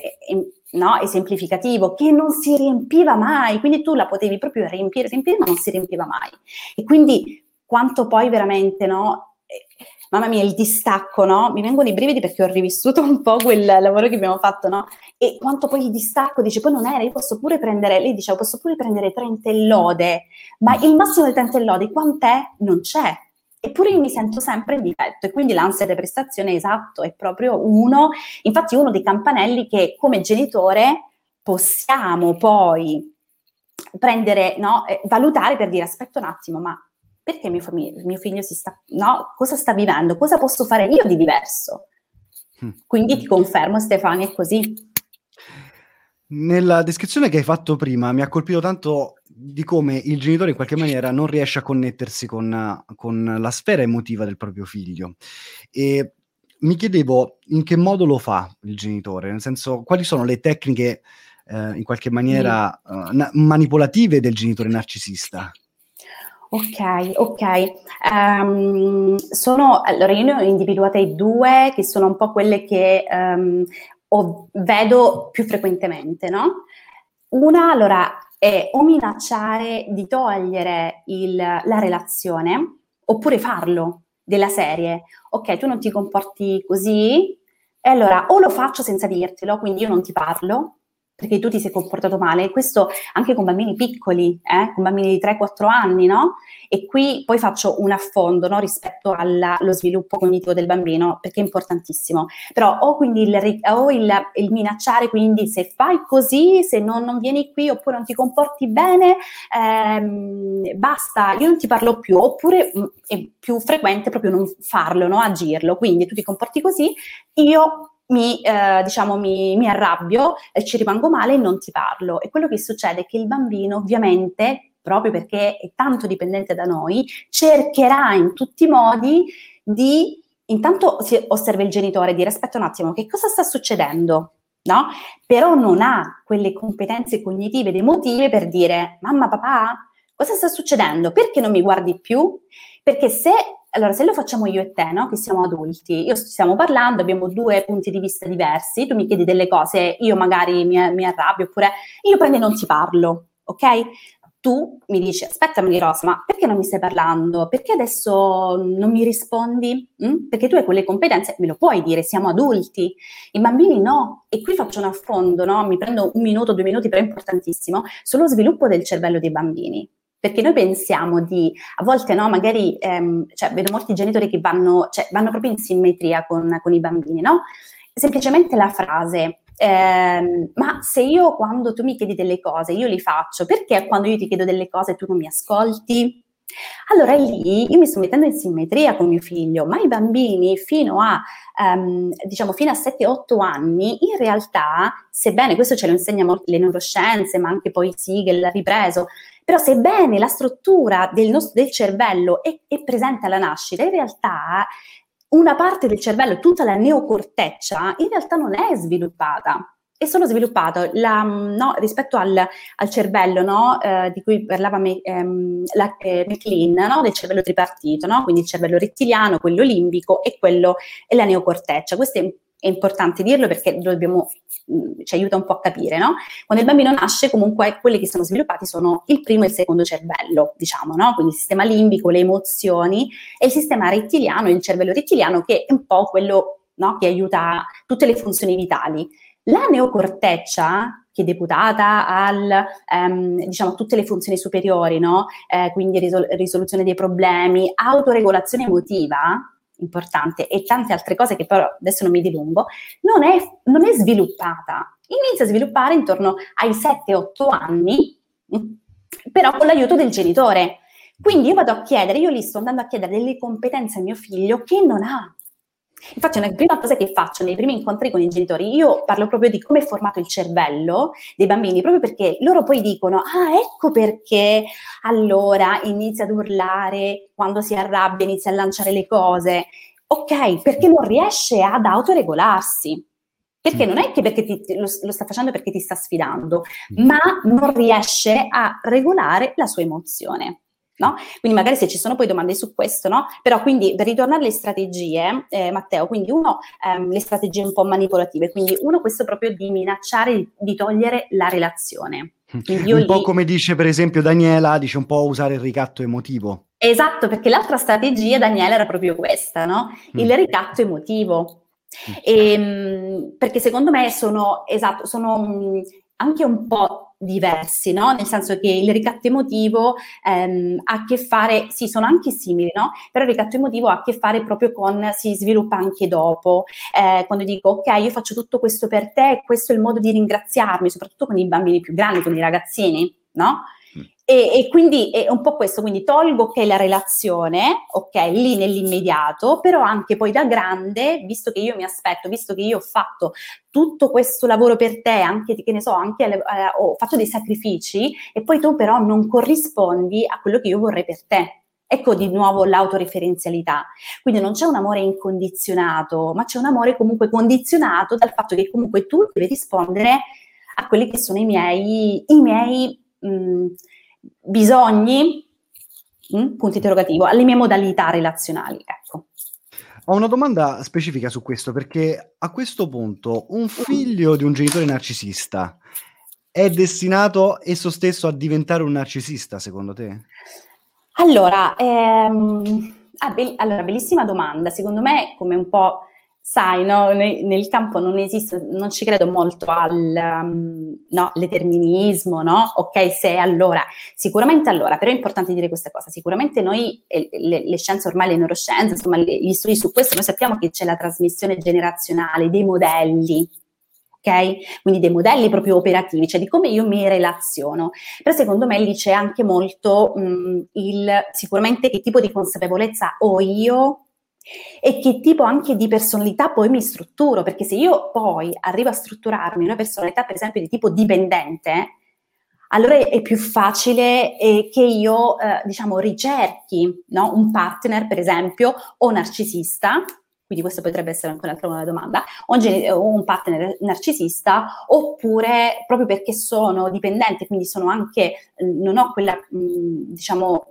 no, esemplificativo, che non si riempiva mai, quindi tu la potevi proprio riempire, riempire, ma non si riempiva mai. E quindi quanto poi veramente, no? Mamma mia, il distacco, no? Mi vengono i brividi perché ho rivissuto un po' quel lavoro che abbiamo fatto, no? E quanto poi il distacco, dice, poi non era, io posso pure prendere, lei diceva, posso pure prendere trenta lode, ma il massimo del trenta lode quant'è? Non c'è. eppure io mi sento sempre in difetto, e quindi l'ansia da prestazione, esatto, è proprio uno, infatti uno dei campanelli che come genitore possiamo poi prendere, no, eh, valutare per dire aspetta un attimo, ma perché mio, fami- mio figlio si sta, no, cosa sta vivendo, cosa posso fare io di diverso? Mm. Quindi ti confermo, Stefania, è così. Nella descrizione che hai fatto prima mi ha colpito tanto di come il genitore in qualche maniera non riesce a connettersi con, con la sfera emotiva del proprio figlio, e mi chiedevo in che modo lo fa il genitore, nel senso, quali sono le tecniche eh, in qualche maniera mm. uh, na- manipolative del genitore narcisista? Ok, ok. Um, sono, allora io ne ho individuate due che sono un po' quelle che um, ho, vedo più frequentemente, no? Una, allora, è o minacciare di togliere il, la relazione, oppure farlo, della serie. Ok, tu non ti comporti così, e allora o lo faccio senza dirtelo, quindi io non ti parlo, perché tu ti sei comportato male, questo anche con bambini piccoli, eh? Con bambini di tre quattro anni, no? E qui poi faccio un affondo, no? Rispetto allo sviluppo cognitivo del bambino, perché è importantissimo. Però o quindi il, o il, il minacciare, quindi se fai così, se non, non vieni qui oppure non ti comporti bene, ehm, basta, io non ti parlo più, oppure mh, è più frequente proprio non farlo, no? Agirlo, quindi tu ti comporti così, io mi, eh, diciamo, mi, mi arrabbio, eh, ci rimango male e non ti parlo. E quello che succede è che il bambino, ovviamente, proprio perché è tanto dipendente da noi, cercherà in tutti i modi di, intanto si osserva il genitore, dire aspetta un attimo, che cosa sta succedendo? No? Però non ha quelle competenze cognitive ed emotive per dire mamma, papà, cosa sta succedendo? Perché non mi guardi più? Perché se Allora, se lo facciamo io e te, no? Che siamo adulti, io stiamo parlando, abbiamo due punti di vista diversi, tu mi chiedi delle cose, io magari mi, mi arrabbio, oppure io prendo e non ti parlo, ok? Tu mi dici, aspetta Rosa, ma perché non mi stai parlando? Perché adesso non mi rispondi? Mm? Perché tu hai quelle competenze, me lo puoi dire, siamo adulti, i bambini no. E qui faccio un affondo, no? Mi prendo un minuto, due minuti, però è importantissimo, sullo sviluppo del cervello dei bambini. Perché noi pensiamo di, a volte no, magari, ehm, cioè, vedo molti genitori che vanno, cioè, vanno proprio in simmetria con, con i bambini, no? Semplicemente la frase, ehm, ma se io quando tu mi chiedi delle cose, io li faccio, perché quando io ti chiedo delle cose tu non mi ascolti? Allora lì io mi sto mettendo in simmetria con mio figlio, ma i bambini fino a, um, diciamo, fino a sette otto anni, in realtà, sebbene questo ce lo insegna molto le neuroscienze, ma anche poi Siegel l'ha ripreso, però sebbene la struttura del, nostro, del cervello è, è presente alla nascita, in realtà una parte del cervello, tutta la neocorteccia, in realtà non è sviluppata. È solo sviluppato la, no, rispetto al, al cervello, no, eh, di cui parlava me, ehm, la, eh, McLean, no, del cervello tripartito, no? Quindi il cervello rettiliano, quello limbico e quello è la neocorteccia. Questo è, è importante dirlo perché dobbiamo, mh, ci aiuta un po' a capire, no? Quando il bambino nasce, comunque, quelli che sono sviluppati sono il primo e il secondo cervello, diciamo, no? Quindi il sistema limbico, le emozioni, e il sistema rettiliano, il cervello rettiliano, che è un po' quello, no, che aiuta tutte le funzioni vitali. La neocorteccia, che è deputata al, ehm, diciamo, tutte le funzioni superiori, no? Eh, quindi risol- risoluzione dei problemi, autoregolazione emotiva, importante, e tante altre cose che però adesso non mi dilungo, non è, non è sviluppata. Inizia a sviluppare intorno ai sette otto anni, però con l'aiuto del genitore. Quindi io vado a chiedere, io gli sto andando a chiedere delle competenze a mio figlio che non ha. Infatti una prima cosa che faccio nei primi incontri con i genitori, io parlo proprio di come è formato il cervello dei bambini, proprio perché loro poi dicono, ah, ecco perché allora inizia ad urlare, quando si arrabbia inizia a lanciare le cose. Ok, perché non riesce ad autoregolarsi. Perché non è che perché ti, lo, lo sta facendo perché ti sta sfidando, ma non riesce a regolare la sua emozione. No? Quindi magari se ci sono poi domande su questo, no? Però quindi per ritornare alle strategie, eh, Matteo, quindi uno, ehm, le strategie un po' manipolative, quindi uno questo proprio di minacciare di togliere la relazione. Quindi io un lì... po' come dice per esempio Daniela, dice un po' usare il ricatto emotivo. Esatto, perché l'altra strategia, Daniela, era proprio questa, no? Il mm. ricatto emotivo. Mm. E, perché secondo me sono, esatto, sono... anche un po' diversi, no? Nel senso che il ricatto emotivo ehm, ha a che fare, sì, sono anche simili, no? Però il ricatto emotivo ha a che fare proprio con, si sviluppa anche dopo, eh, quando dico ok, io faccio tutto questo per te, questo è il modo di ringraziarmi, soprattutto con i bambini più grandi, con i ragazzini, no? E, e quindi è un po' questo, quindi tolgo ok la relazione, ok, lì nell'immediato, però anche poi da grande, visto che io mi aspetto, visto che io ho fatto tutto questo lavoro per te, anche, che ne so, anche eh, ho fatto dei sacrifici, e poi tu però non corrispondi a quello che io vorrei per te. Ecco di nuovo l'autoreferenzialità. Quindi non c'è un amore incondizionato, ma c'è un amore comunque condizionato dal fatto che comunque tu devi rispondere a quelli che sono i miei, i miei mh, bisogni, mh, punto interrogativo, alle mie modalità relazionali, ecco. Ho una domanda specifica su questo, perché a questo punto un figlio di un genitore narcisista è destinato esso stesso a diventare un narcisista, secondo te? Allora, ehm, ah, be- allora, bellissima domanda. Secondo me, come un po' sai, no, nel, nel campo non esiste, non ci credo molto al um, no, determinismo, no? Ok, se allora, sicuramente allora, però è importante dire questa cosa, sicuramente noi, eh, le, le scienze ormai, le neuroscienze, insomma, le, gli studi su questo, noi sappiamo che c'è la trasmissione generazionale dei modelli, ok? Quindi dei modelli proprio operativi, cioè di come io mi relaziono. Però secondo me lì c'è anche molto mh, il, sicuramente che tipo di consapevolezza ho io e che tipo anche di personalità poi mi strutturo, perché se io poi arrivo a strutturarmi una personalità per esempio di tipo dipendente, allora è più facile eh, che io eh, diciamo ricerchi, no? Un partner per esempio o narcisista, quindi questa potrebbe essere anche un'altra buona domanda, o un, gen- o un partner narcisista, oppure proprio perché sono dipendente, quindi sono anche, non ho quella mh, diciamo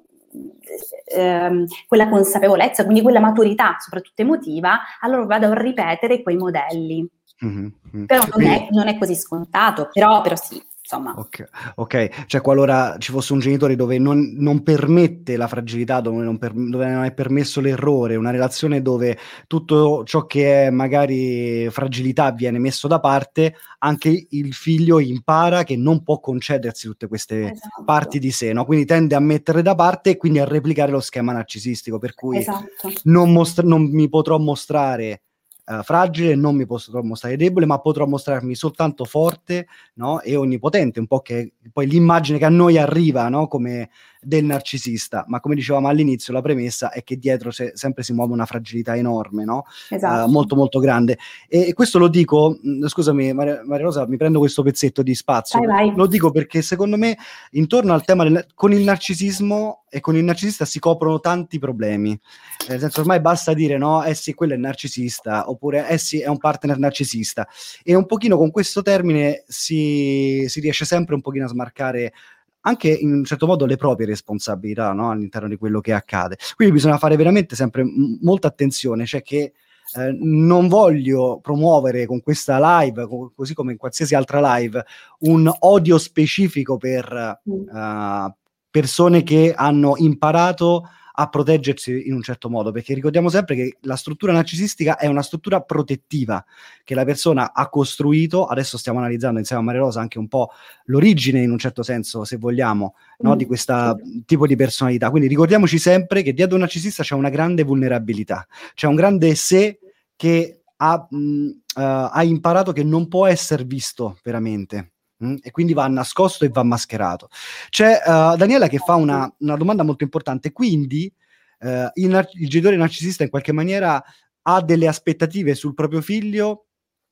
Ehm, quella consapevolezza, quindi quella maturità, soprattutto emotiva, allora vado a ripetere quei modelli. Mm-hmm. Però non, quindi, è, non è così scontato, però, però sì, insomma. Ok, ok, cioè qualora ci fosse un genitore dove non, non permette la fragilità, dove non, per, dove non è permesso l'errore, una relazione dove tutto ciò che è magari fragilità viene messo da parte, anche il figlio impara che non può concedersi tutte queste esatto. parti di sé, no? Quindi tende a mettere da parte e quindi a replicare lo schema narcisistico, per cui esatto. non, mostra- non mi potrò mostrare Uh, fragile, non mi potrò mostrare debole, ma potrò mostrarmi soltanto forte, no? E onnipotente, un po' che poi l'immagine che a noi arriva, no? Come del narcisista, ma come dicevamo all'inizio, la premessa è che dietro se, sempre si muove una fragilità enorme, no? Esatto. Uh, molto molto grande. E, e questo lo dico, mh, scusami Maria, Maria Rosa, mi prendo questo pezzetto di spazio, vai, vai. Lo dico perché secondo me intorno al tema del, con il narcisismo e con il narcisista si coprono tanti problemi, nel senso ormai basta dire no, eh sì, quello è narcisista, oppure eh sì, è un partner narcisista, e un pochino con questo termine si, si riesce sempre un pochino a smarcare anche in un certo modo le proprie responsabilità, no? All'interno di quello che accade. Quindi bisogna fare veramente sempre m- molta attenzione, cioè che eh, non voglio promuovere con questa live, co- così come in qualsiasi altra live, un odio specifico per uh, persone che hanno imparato a proteggersi in un certo modo, perché ricordiamo sempre che la struttura narcisistica è una struttura protettiva che la persona ha costruito. Adesso stiamo analizzando insieme a Maria Rosa anche un po' l'origine, in un certo senso, se vogliamo, no, mm, di questo sì. tipo di personalità. Quindi ricordiamoci sempre che dietro un narcisista c'è una grande vulnerabilità, c'è un grande sé che ha, mh, uh, ha imparato che non può essere visto veramente. Mm, e quindi va nascosto e va mascherato. C'è uh, Daniela che fa una, una domanda molto importante, quindi uh, il, nar- il genitore narcisista in qualche maniera ha delle aspettative sul proprio figlio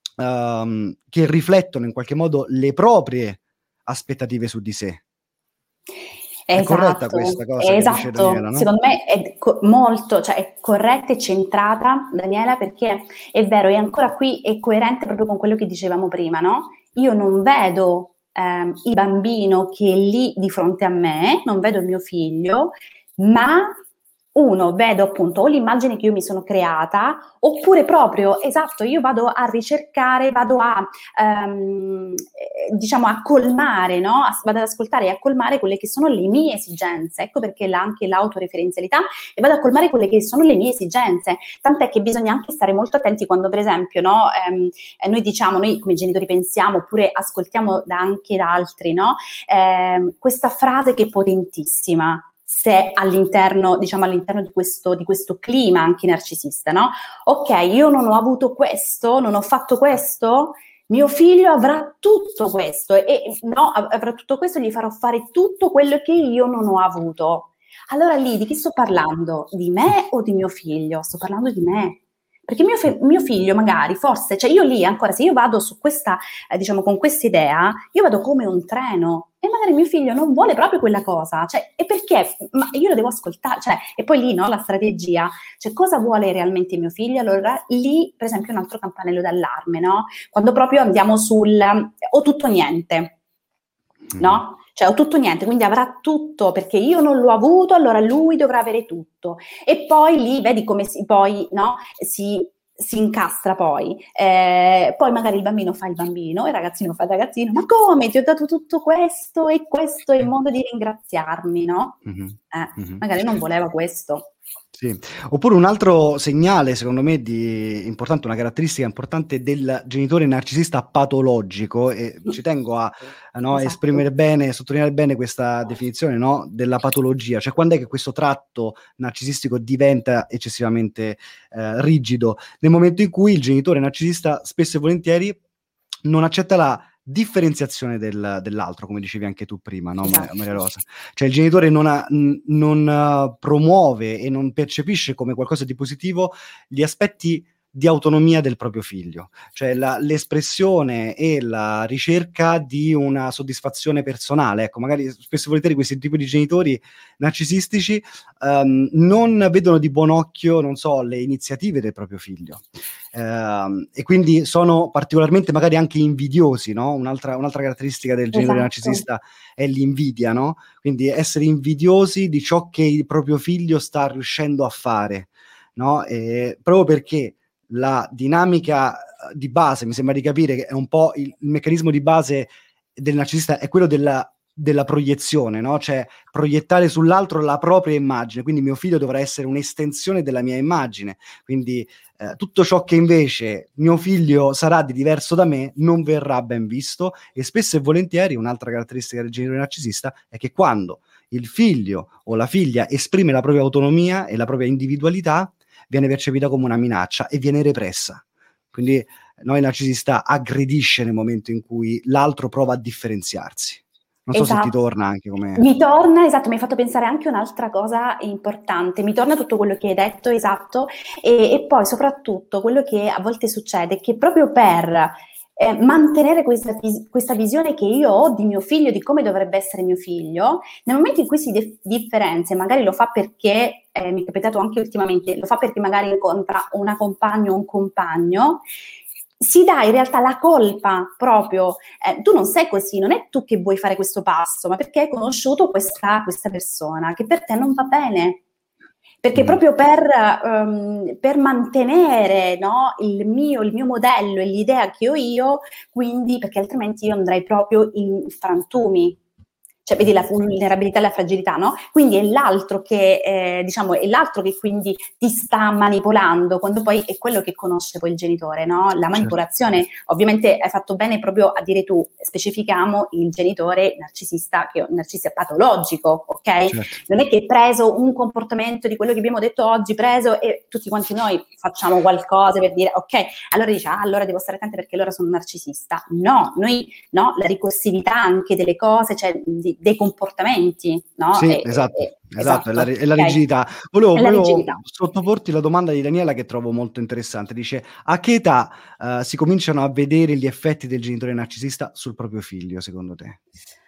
um, che riflettono in qualche modo le proprie aspettative su di sé. È Esatto, corretta questa cosa esatto. che dice Daniela, no? Secondo me è co- molto, cioè è corretta e centrata, Daniela, perché è vero, è ancora qui, è coerente proprio con quello che dicevamo prima, no? Io non vedo ehm, il bambino che è lì di fronte a me, non vedo il mio figlio, ma uno, vedo appunto o l'immagine che io mi sono creata, oppure proprio, esatto, io vado a ricercare, vado a, ehm, eh, diciamo, a colmare, no? A- vado ad ascoltare e a colmare quelle che sono le mie esigenze, ecco perché là anche l'autoreferenzialità, e vado a colmare quelle che sono le mie esigenze, tant'è che bisogna anche stare molto attenti quando, per esempio, no, ehm, eh, noi diciamo, noi come genitori pensiamo, oppure ascoltiamo da, anche da altri, no? Ehm, questa frase che è potentissima, se all'interno, diciamo, all'interno di questo, di questo clima anche narcisista, no? Ok, io non ho avuto questo, non ho fatto questo, mio figlio avrà tutto questo e no, avrà tutto questo, gli farò fare tutto quello che io non ho avuto. Allora lì di chi sto parlando? Di me o di mio figlio? Sto parlando di me. Perché mio, fi- mio figlio magari, forse, cioè io lì ancora, se io vado su questa, eh, diciamo, con questa idea, io vado come un treno e magari mio figlio non vuole proprio quella cosa, cioè, e perché? Ma io lo devo ascoltare, cioè, e poi lì, no, la strategia, cioè, cosa vuole realmente mio figlio? Allora lì, per esempio, un altro campanello d'allarme, no? Quando proprio andiamo sul o tutto o niente, no? Cioè, o tutto o niente, quindi avrà tutto perché io non l'ho avuto, allora lui dovrà avere tutto. E poi lì vedi come si, poi, no? Si, si incastra poi. Eh, poi magari il bambino fa il bambino, il ragazzino fa il ragazzino, ma come? Ti ho dato tutto questo e questo è il modo di ringraziarmi, no? Mm-hmm. Eh, Mm-hmm. magari non voleva questo. Sì. Oppure un altro segnale, secondo me, di importante, una caratteristica importante del genitore narcisista patologico, e ci tengo a, a, no, Esatto. esprimere bene, sottolineare bene questa definizione, no, della patologia, cioè quando è che questo tratto narcisistico diventa eccessivamente eh, rigido? Nel momento in cui il genitore narcisista spesso e volentieri non accetta la differenziazione del, dell'altro, come dicevi anche tu prima, no, Esatto. Maria Rosa? Cioè il genitore non, ha, non uh, promuove e non percepisce come qualcosa di positivo gli aspetti di autonomia del proprio figlio, cioè la, l'espressione e la ricerca di una soddisfazione personale. Ecco, magari spesso e volentieri questi tipi di genitori narcisistici um, non vedono di buon occhio, non so, le iniziative del proprio figlio. Uh, e quindi sono particolarmente magari anche invidiosi, no? Un'altra, un'altra caratteristica del genitore Esatto. narcisista è l'invidia, no? Quindi essere invidiosi di ciò che il proprio figlio sta riuscendo a fare, no? E proprio perché la dinamica di base, mi sembra di capire che è un po' il, il meccanismo di base del narcisista è quello della, della proiezione, no? Cioè proiettare sull'altro la propria immagine, quindi mio figlio dovrà essere un'estensione della mia immagine, quindi eh, tutto ciò che invece mio figlio sarà di diverso da me non verrà ben visto. E spesso e volentieri un'altra caratteristica del genitore narcisista è che quando il figlio o la figlia esprime la propria autonomia e la propria individualità, viene percepita come una minaccia e viene repressa. Quindi noi, il narcisista aggredisce nel momento in cui l'altro prova a differenziarsi. Non so esatto. se ti torna anche come... Mi torna, esatto, mi hai fatto pensare anche un'altra cosa importante, mi torna tutto quello che hai detto, esatto, e, e poi soprattutto quello che a volte succede, che proprio per eh, mantenere questa, questa visione che io ho di mio figlio, di come dovrebbe essere mio figlio, nel momento in cui si dif- differenzia, magari lo fa perché, eh, mi è capitato anche ultimamente, lo fa perché magari incontra una compagna o un compagno, si dà in realtà la colpa proprio, eh, tu non sei così, non è tu che vuoi fare questo passo, ma perché hai conosciuto questa, questa persona che per te non va bene. Perché mm. proprio per, um, per mantenere, no, il, mio, il mio modello e l'idea che ho io, quindi perché altrimenti io andrei proprio in frantumi. Cioè, vedi la vulnerabilità e la fragilità, no? Quindi è l'altro che, eh, diciamo, è l'altro che quindi ti sta manipolando, quando poi è quello che conosce poi il genitore, no? La manipolazione, certo. Ovviamente hai fatto bene proprio a dire tu, specifichiamo il genitore narcisista, che è un narcisista patologico, ok? Certo. Non è che hai preso un comportamento di quello che abbiamo detto oggi, preso e tutti quanti noi facciamo qualcosa per dire, ok, allora dici, ah, allora devo stare attenta perché allora sono un narcisista. No, noi, no, la ricorsività anche delle cose, cioè di, dei comportamenti, no? Sì, e, esatto, e, esatto, esatto, è la, è la okay. rigidità. Volevo, è la volevo rigidità. sottoporti la domanda di Daniela che trovo molto interessante. Dice, a che età uh, si cominciano a vedere gli effetti del genitore narcisista sul proprio figlio, secondo te?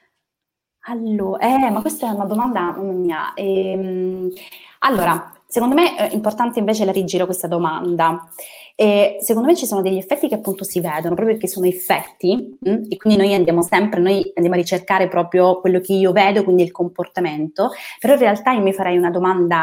Allora, eh, ma questa è una domanda mia. Ehm, allora, secondo me è importante invece la rigiro questa domanda. E secondo me ci sono degli effetti che appunto si vedono, proprio perché sono effetti, mh? E quindi noi andiamo sempre, noi andiamo a ricercare proprio quello che io vedo, quindi il comportamento, però in realtà io mi farei una domanda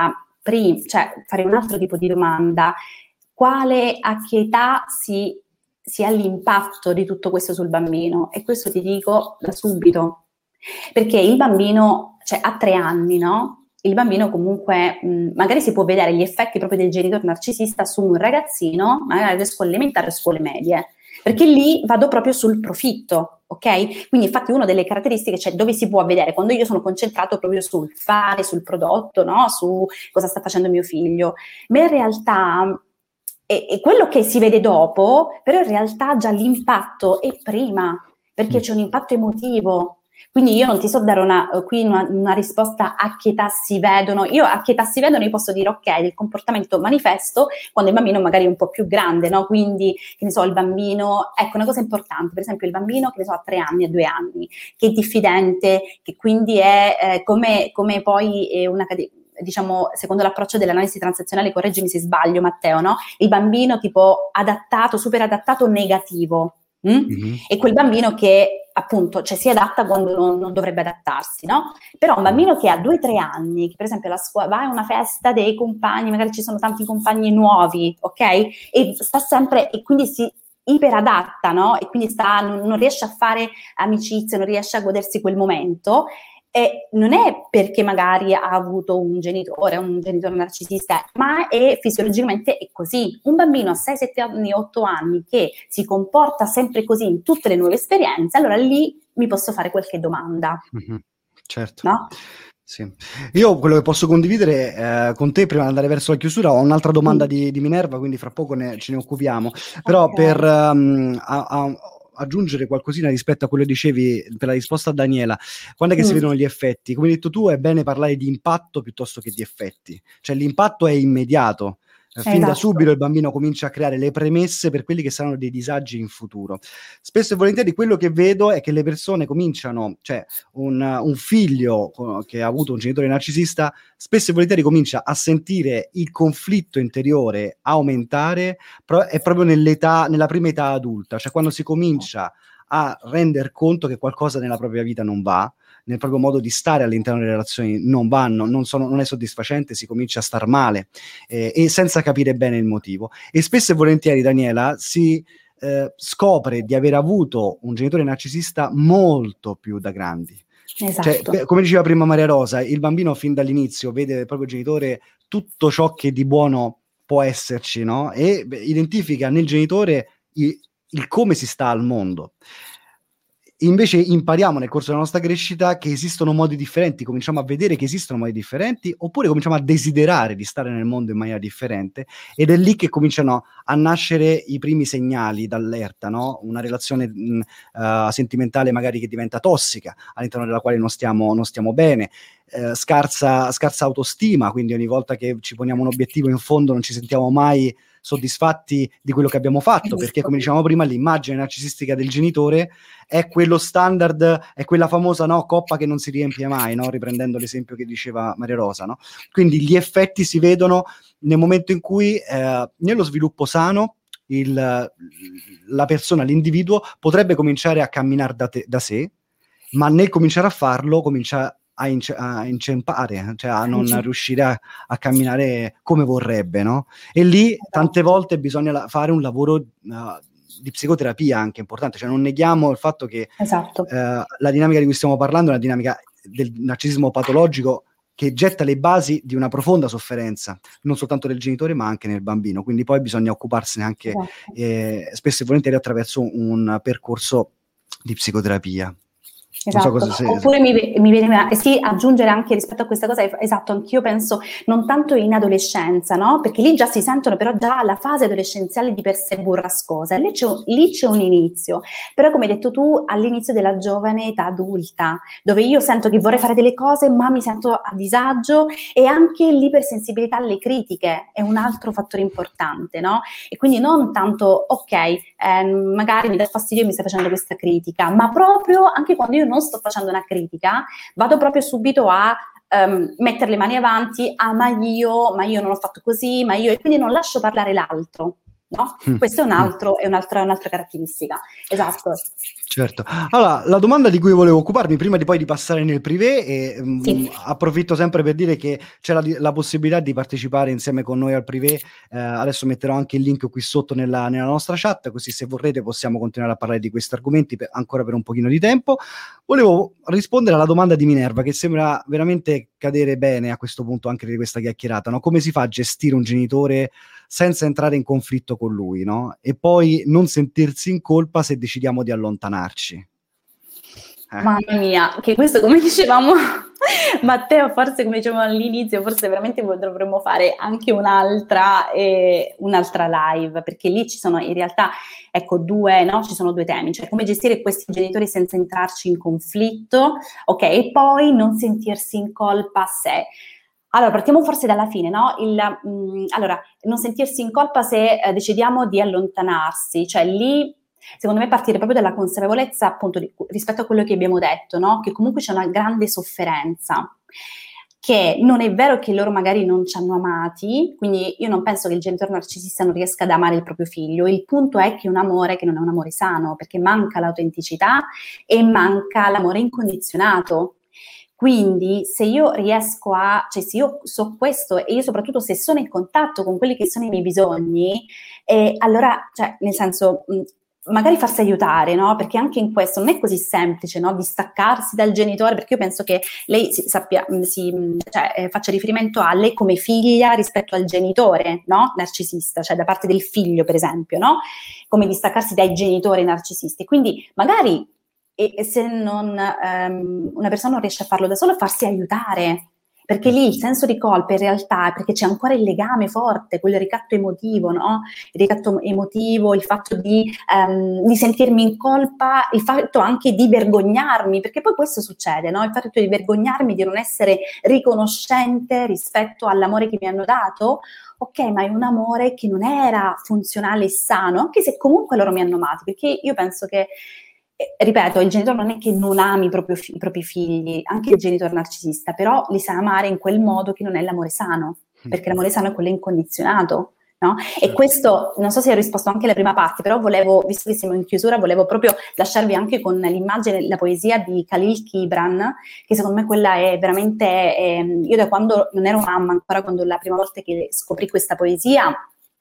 prima, cioè fare un altro tipo di domanda: quale, a che età si, si ha l'impatto di tutto questo sul bambino? E questo ti dico da subito, perché il bambino, cioè a tre anni, no? Il bambino comunque mh, magari si può vedere gli effetti proprio del genitore narcisista su un ragazzino, magari alle scuole elementari o scuole medie, perché lì vado proprio sul profitto, ok? Quindi infatti una delle caratteristiche, cioè dove si può vedere, quando io sono concentrato proprio sul fare, sul prodotto, no? Su cosa sta facendo mio figlio, ma in realtà è, è quello che si vede dopo, però in realtà già l'impatto è prima, perché c'è un impatto emotivo. Quindi io non ti so dare una, qui una, una risposta a che età si vedono. Io a che età si vedono io posso dire ok, del comportamento manifesto quando il bambino magari è un po' più grande, no? Quindi, che ne so, il bambino, ecco una cosa importante, per esempio il bambino che ne so ha tre anni, a due anni, che è diffidente, che quindi è eh, come, come poi è una diciamo, secondo l'approccio dell'analisi transazionale, correggimi se sbaglio Matteo, no? Il bambino tipo adattato, super adattato, negativo. Mm? Mm-hmm. E quel bambino che appunto cioè, si adatta quando non, non dovrebbe adattarsi, no? Però un bambino che ha due o tre anni, che per esempio alla scuola va a una festa dei compagni, magari ci sono tanti compagni nuovi, ok? E sta sempre, e quindi si iperadatta, no? E quindi sta, non, non riesce a fare amicizie, non riesce a godersi quel momento. E non è perché magari ha avuto un genitore, un genitore narcisista, ma è fisiologicamente è così. Un bambino a sei, sette anni, otto anni che si comporta sempre così in tutte le nuove esperienze, allora lì mi posso fare qualche domanda. Mm-hmm. Certo. No? Sì. Io quello che posso condividere eh, con te prima di andare verso la chiusura, ho un'altra domanda mm. di, di Minerva, quindi fra poco ne, ce ne occupiamo. Però okay. per um, a, a, aggiungere qualcosina rispetto a quello che dicevi per la risposta a Daniela, quando è che mm. si vedono gli effetti? Come hai detto tu, è bene parlare di impatto piuttosto che di effetti, cioè l'impatto è immediato. Fin esatto. da subito il bambino comincia a creare le premesse per quelli che saranno dei disagi in futuro. Spesso e volentieri quello che vedo è che le persone cominciano, cioè un, un figlio che ha avuto un genitore narcisista, spesso e volentieri comincia a sentire il conflitto interiore aumentare, però è proprio nell'età, nella prima età adulta, cioè quando si comincia a render conto che qualcosa nella propria vita non va, nel proprio modo di stare all'interno delle relazioni non vanno, non, sono, non è soddisfacente, si comincia a star male eh, e senza capire bene il motivo. E spesso e volentieri, Daniela, si eh, scopre di aver avuto un genitore narcisista molto più da grandi. Esatto. Cioè, come diceva prima Maria Rosa, il bambino fin dall'inizio vede il proprio genitore tutto ciò che di buono può esserci, no? E beh, identifica nel genitore il, il come si sta al mondo. Invece impariamo nel corso della nostra crescita che esistono modi differenti, cominciamo a vedere che esistono modi differenti, oppure cominciamo a desiderare di stare nel mondo in maniera differente, ed è lì che cominciano a nascere i primi segnali d'allerta, no? Una relazione mh, uh, sentimentale magari che diventa tossica, all'interno della quale non stiamo, non stiamo bene, uh, scarsa, scarsa autostima, quindi ogni volta che ci poniamo un obiettivo in fondo non ci sentiamo mai soddisfatti di quello che abbiamo fatto, perché come dicevamo prima l'immagine narcisistica del genitore è quello standard, è quella famosa no, coppa che non si riempie mai, no? Riprendendo l'esempio che diceva Maria Rosa, no? Quindi gli effetti si vedono nel momento in cui eh, nello sviluppo sano il, la persona, l'individuo potrebbe cominciare a camminare da, te, da sé, ma nel cominciare a farlo comincia a, ince- a inciampare, cioè a non sì. riuscire a, a camminare come vorrebbe, no? E lì tante volte bisogna la- fare un lavoro uh, di psicoterapia anche importante, cioè non neghiamo il fatto che esatto. uh, la dinamica di cui stiamo parlando è una dinamica del narcisismo patologico che getta le basi di una profonda sofferenza, non soltanto del genitore ma anche nel bambino, quindi poi bisogna occuparsene anche esatto. eh, spesso e volentieri attraverso un percorso di psicoterapia. Esatto, so se... oppure mi, mi viene eh sì, aggiungere anche rispetto a questa cosa, esatto, anch'io penso non tanto in adolescenza, no? Perché lì già si sentono, però già la fase adolescenziale di per sé burrascosa, lì c'è, lì c'è un inizio, però come hai detto tu, all'inizio della giovane età adulta, dove io sento che vorrei fare delle cose ma mi sento a disagio, e anche l'ipersensibilità alle critiche è un altro fattore importante, no? E quindi non tanto, ok, eh, magari mi dà fastidio e mi sta facendo questa critica, ma proprio anche quando io non sto facendo una critica, vado proprio subito a um, mettere le mani avanti, ah ma io, ma io non ho fatto così, ma io, e quindi non lascio parlare l'altro. no? Mm. Questo è, un altro, è un'altra, un'altra caratteristica. Esatto. Certo. Allora, la domanda di cui volevo occuparmi prima di poi di passare nel privé, e sì. mh, approfitto sempre per dire che c'è la, la possibilità di partecipare insieme con noi al privé. Eh, adesso metterò anche il link qui sotto nella, nella nostra chat, così se vorrete possiamo continuare a parlare di questi argomenti per, ancora per un pochino di tempo. Volevo rispondere alla domanda di Minerva, che sembra veramente cadere bene a questo punto anche di questa chiacchierata, no? Come si fa a gestire un genitore senza entrare in conflitto con lui, no? E poi non sentirsi in colpa se decidiamo di allontanarci. Eh. Mamma mia, che questo, come dicevamo Matteo, forse come dicevamo all'inizio, forse veramente dovremmo fare anche un'altra, eh, un'altra live, perché lì ci sono in realtà, ecco, due, no? Ci sono due temi, cioè come gestire questi genitori senza entrarci in conflitto, ok, e poi non sentirsi in colpa se... Allora, partiamo forse dalla fine, no? Il, mh, allora, non sentirsi in colpa se eh, decidiamo di allontanarsi, cioè lì, secondo me, partire proprio dalla consapevolezza, appunto, di, rispetto a quello che abbiamo detto, no? Che comunque c'è una grande sofferenza, che non è vero che loro magari non ci hanno amati, quindi io non penso che il genitore narcisista non riesca ad amare il proprio figlio, il punto è che è un amore che non è un amore sano, perché manca l'autenticità e manca l'amore incondizionato. Quindi se io riesco a, cioè se io so questo e io soprattutto se sono in contatto con quelli che sono i miei bisogni, eh, allora, cioè nel senso, mh, magari farsi aiutare, no? Perché anche in questo non è così semplice, no? Distaccarsi dal genitore, perché io penso che lei si, sappia, si, cioè, eh, faccia riferimento a lei come figlia rispetto al genitore, no? Narcisista, cioè da parte del figlio per esempio, no? Come distaccarsi dai genitori narcisisti. Quindi magari... e se non, um, una persona non riesce a farlo da sola, farsi aiutare, perché lì il senso di colpa in realtà è perché c'è ancora il legame forte, quel ricatto emotivo, no? Il ricatto emotivo, il fatto di, um, di sentirmi in colpa, il fatto anche di vergognarmi, perché poi questo succede, no? Il fatto di vergognarmi, di non essere riconoscente rispetto all'amore che mi hanno dato. Ok, ma è un amore che non era funzionale e sano, anche se comunque loro mi hanno amato, perché io penso che ripeto, il genitore non è che non ami i propri, i propri figli, anche il genitore narcisista, però li sa amare in quel modo che non è l'amore sano, perché l'amore sano è quello incondizionato, no? E questo, non so se ho risposto anche alla prima parte, però volevo, visto che siamo in chiusura, volevo proprio lasciarvi anche con l'immagine, la poesia di Khalil Gibran, che secondo me quella è veramente, eh, io da quando non ero mamma, ancora quando la prima volta che scoprì questa poesia,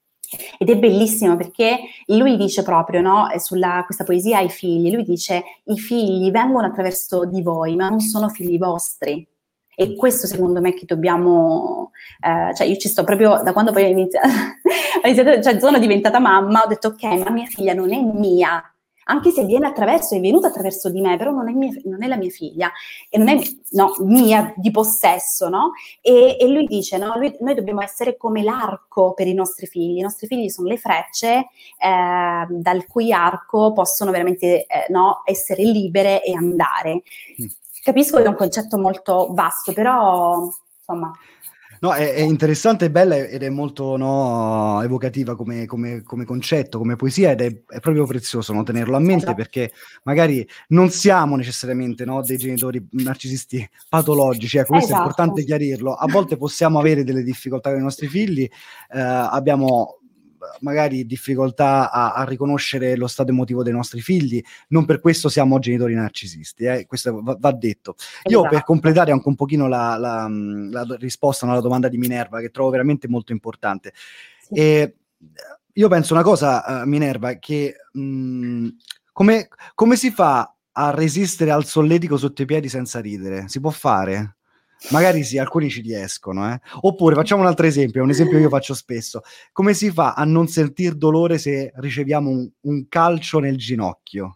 ed è bellissimo perché lui dice proprio, no, sulla questa poesia ai figli, lui dice i figli vengono attraverso di voi ma non sono figli vostri, e questo secondo me che dobbiamo, eh, cioè io ci sto proprio da quando poi ho iniziato, ho iniziato, cioè sono diventata mamma, ho detto ok, ma mia figlia non è mia, anche se viene attraverso, è venuta attraverso di me, però non è, mia, non è la mia figlia, e non è no, mia di possesso, no? E, e lui dice, no, lui, noi dobbiamo essere come l'arco per i nostri figli, i nostri figli sono le frecce eh, dal cui arco possono veramente eh, no, essere libere e andare. Mm. Capisco che è un concetto molto vasto, però insomma... No, è, è interessante, è bella ed è molto no, evocativa come, come, come concetto, come poesia, ed è, è proprio prezioso no, tenerlo a mente, esatto. Perché magari non siamo necessariamente no, dei genitori narcisisti patologici, ecco, questo esatto. È importante chiarirlo. A volte possiamo avere delle difficoltà con i nostri figli, eh, abbiamo magari difficoltà a, a riconoscere lo stato emotivo dei nostri figli, non per questo siamo genitori narcisisti, eh? Questo va, va detto. Io esatto. Per completare anche un pochino la, la, la risposta alla domanda di Minerva, che trovo veramente molto importante, sì. E io penso una cosa, uh, Minerva, che mh, come, come si fa a resistere al solletico sotto i piedi senza ridere? Si può fare? Magari sì, alcuni ci riescono, eh. Oppure facciamo un altro esempio, è un esempio che io faccio spesso. Come si fa a non sentir dolore se riceviamo un, un calcio nel ginocchio?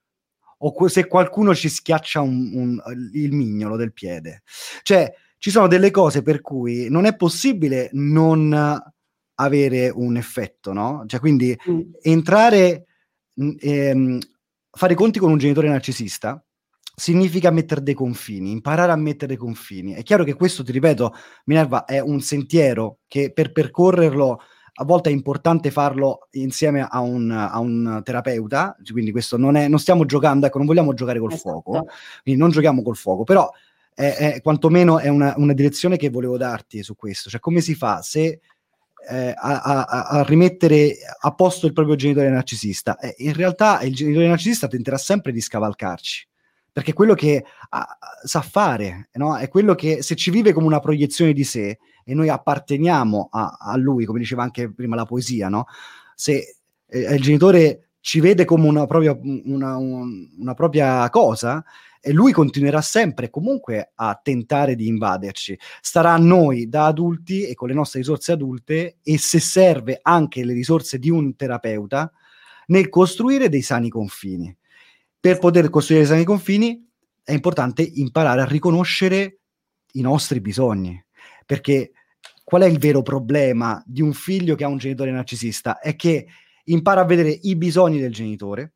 O se qualcuno ci schiaccia un, un, il mignolo del piede? Cioè, ci sono delle cose per cui non è possibile non avere un effetto, no? Cioè, quindi mm. entrare, ehm, fare i conti con un genitore narcisista significa mettere dei confini, imparare a mettere dei confini. È chiaro che questo, ti ripeto, Minerva, è un sentiero che per percorrerlo a volte è importante farlo insieme a un, a un terapeuta, quindi questo non è, non stiamo giocando, ecco, non vogliamo giocare col esatto. fuoco, quindi non giochiamo col fuoco, però è, è, quantomeno è una, una direzione che volevo darti su questo, cioè come si fa se eh, a, a, a rimettere a posto il proprio genitore narcisista. Eh, in realtà il genitore narcisista tenterà sempre di scavalcarci, perché è quello che ha, sa fare, no? È quello che, se ci vive come una proiezione di sé e noi apparteniamo a, a lui, come diceva anche prima la poesia, no? Se eh, il genitore ci vede come una propria, una, un, una propria cosa, e lui continuerà sempre comunque a tentare di invaderci. Starà a noi da adulti e con le nostre risorse adulte, e se serve anche le risorse di un terapeuta, nel costruire dei sani confini. Per poter costruire dei sani confini è importante imparare a riconoscere i nostri bisogni, perché qual è il vero problema di un figlio che ha un genitore narcisista? È che impara a vedere i bisogni del genitore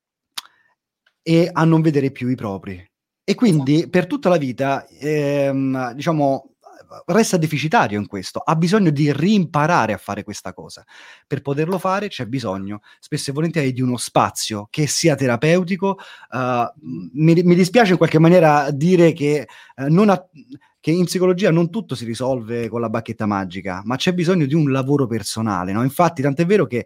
e a non vedere più i propri. E quindi per tutta la vita, ehm, diciamo, resta deficitario in questo. Ha bisogno di rimparare a fare questa cosa. Per poterlo fare c'è bisogno, spesso e volentieri, di uno spazio che sia terapeutico. Uh, mi, mi dispiace in qualche maniera dire che, uh, non ha, che in psicologia non tutto si risolve con la bacchetta magica, ma c'è bisogno di un lavoro personale, no? Infatti, tant'è vero che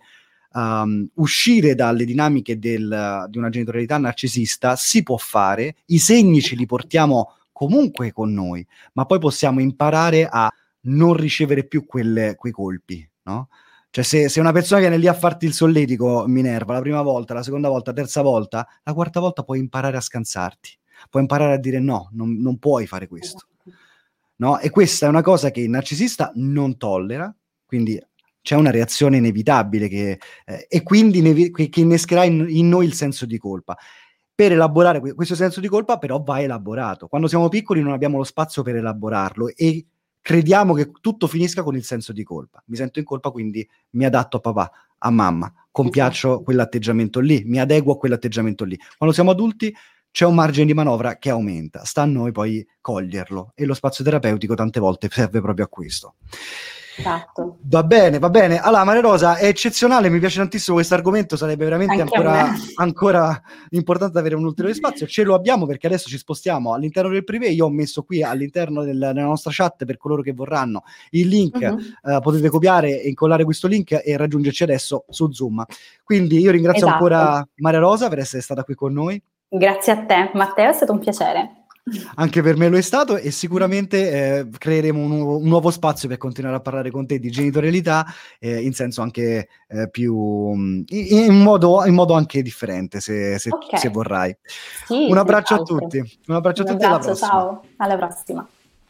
Um, uscire dalle dinamiche del, di una genitorialità narcisista si può fare, i segni ce li portiamo comunque con noi, ma poi possiamo imparare a non ricevere più quelle, quei colpi, no? Cioè se, se una persona viene lì a farti il solletico, Minerva, la prima volta, la seconda volta, la terza volta, la quarta volta puoi imparare a scansarti, puoi imparare a dire no, non, non puoi fare questo, no? E questa è una cosa che il narcisista non tollera, quindi c'è una reazione inevitabile che, eh, e quindi nevi- che, che innescherà in, in noi il senso di colpa. Per elaborare que- questo senso di colpa però va elaborato. Quando siamo piccoli non abbiamo lo spazio per elaborarlo e crediamo che tutto finisca con il senso di colpa. Mi sento in colpa, quindi mi adatto a papà, a mamma, compiaccio Esatto. quell'atteggiamento lì, mi adeguo a quell'atteggiamento lì. Quando siamo adulti c'è un margine di manovra che aumenta, sta a noi poi coglierlo, e lo spazio terapeutico tante volte serve proprio a questo. Esatto. Va bene, va bene. Allora, Maria Rosa, è eccezionale, mi piace tantissimo questo argomento, sarebbe veramente ancora, ancora importante avere un ulteriore spazio. Ce lo abbiamo perché adesso ci spostiamo all'interno del privé. Io ho messo qui all'interno del, della nostra chat, per coloro che vorranno, il link, uh-huh. uh, potete copiare e incollare questo link e raggiungerci adesso su Zoom. Quindi io ringrazio esatto. ancora Maria Rosa per essere stata qui con noi. Grazie a te, Matteo, è stato un piacere. Anche per me lo è stato, e sicuramente eh, creeremo un, nu- un nuovo spazio per continuare a parlare con te di genitorialità, eh, in senso anche eh, più in, in, modo, in modo anche differente, se, se, okay. se vorrai. Sì, un abbraccio a tutti, un abbraccio un a tutti, abbraccio, alla prossima. Ciao, alla prossima.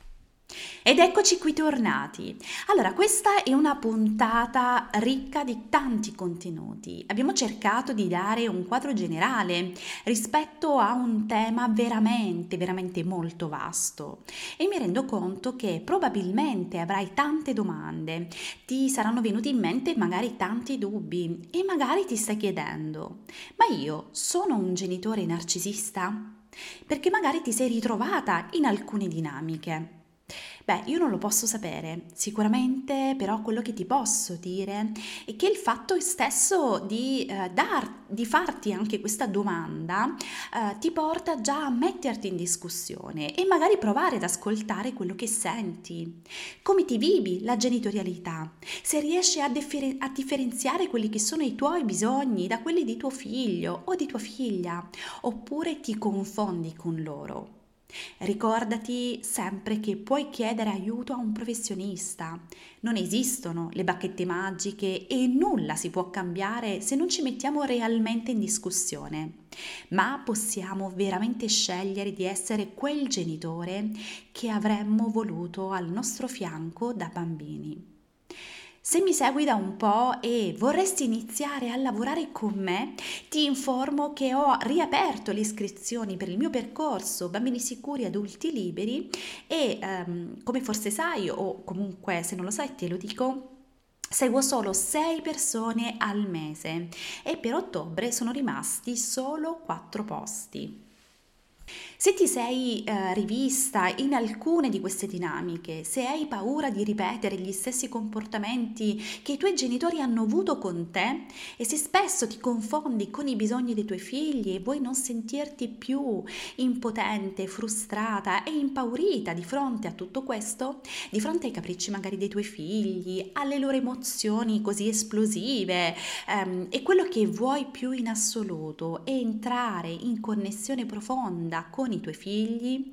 Ed eccoci qui tornati. Allora, questa è una puntata ricca di tanti contenuti. Abbiamo cercato di dare un quadro generale rispetto a un tema veramente, veramente molto vasto, e mi rendo conto che probabilmente avrai tante domande, ti saranno venuti in mente magari tanti dubbi e magari ti stai chiedendo: ma io sono un genitore narcisista? Perché magari ti sei ritrovata in alcune dinamiche. Beh, io non lo posso sapere, sicuramente, però quello che ti posso dire è che il fatto stesso di, eh, dar, di farti anche questa domanda eh, ti porta già a metterti in discussione e magari provare ad ascoltare quello che senti, come ti vivi la genitorialità, se riesci a, differ- a differenziare quelli che sono i tuoi bisogni da quelli di tuo figlio o di tua figlia, oppure ti confondi con loro. Ricordati sempre che puoi chiedere aiuto a un professionista. Non esistono le bacchette magiche e nulla si può cambiare se non ci mettiamo realmente in discussione. Ma possiamo veramente scegliere di essere quel genitore che avremmo voluto al nostro fianco da bambini. Se mi segui da un po' e vorresti iniziare a lavorare con me, ti informo che ho riaperto le iscrizioni per il mio percorso Bambini Sicuri Adulti Liberi e, um, come forse sai, o comunque se non lo sai te lo dico, seguo solo sei persone al mese e per ottobre sono rimasti solo quattro posti. Se ti sei eh, rivista in alcune di queste dinamiche, se hai paura di ripetere gli stessi comportamenti che i tuoi genitori hanno avuto con te e se spesso ti confondi con i bisogni dei tuoi figli e vuoi non sentirti più impotente, frustrata e impaurita di fronte a tutto questo, di fronte ai capricci magari dei tuoi figli, alle loro emozioni così esplosive ehm, e quello che vuoi più in assoluto è entrare in connessione profonda con i tuoi figli,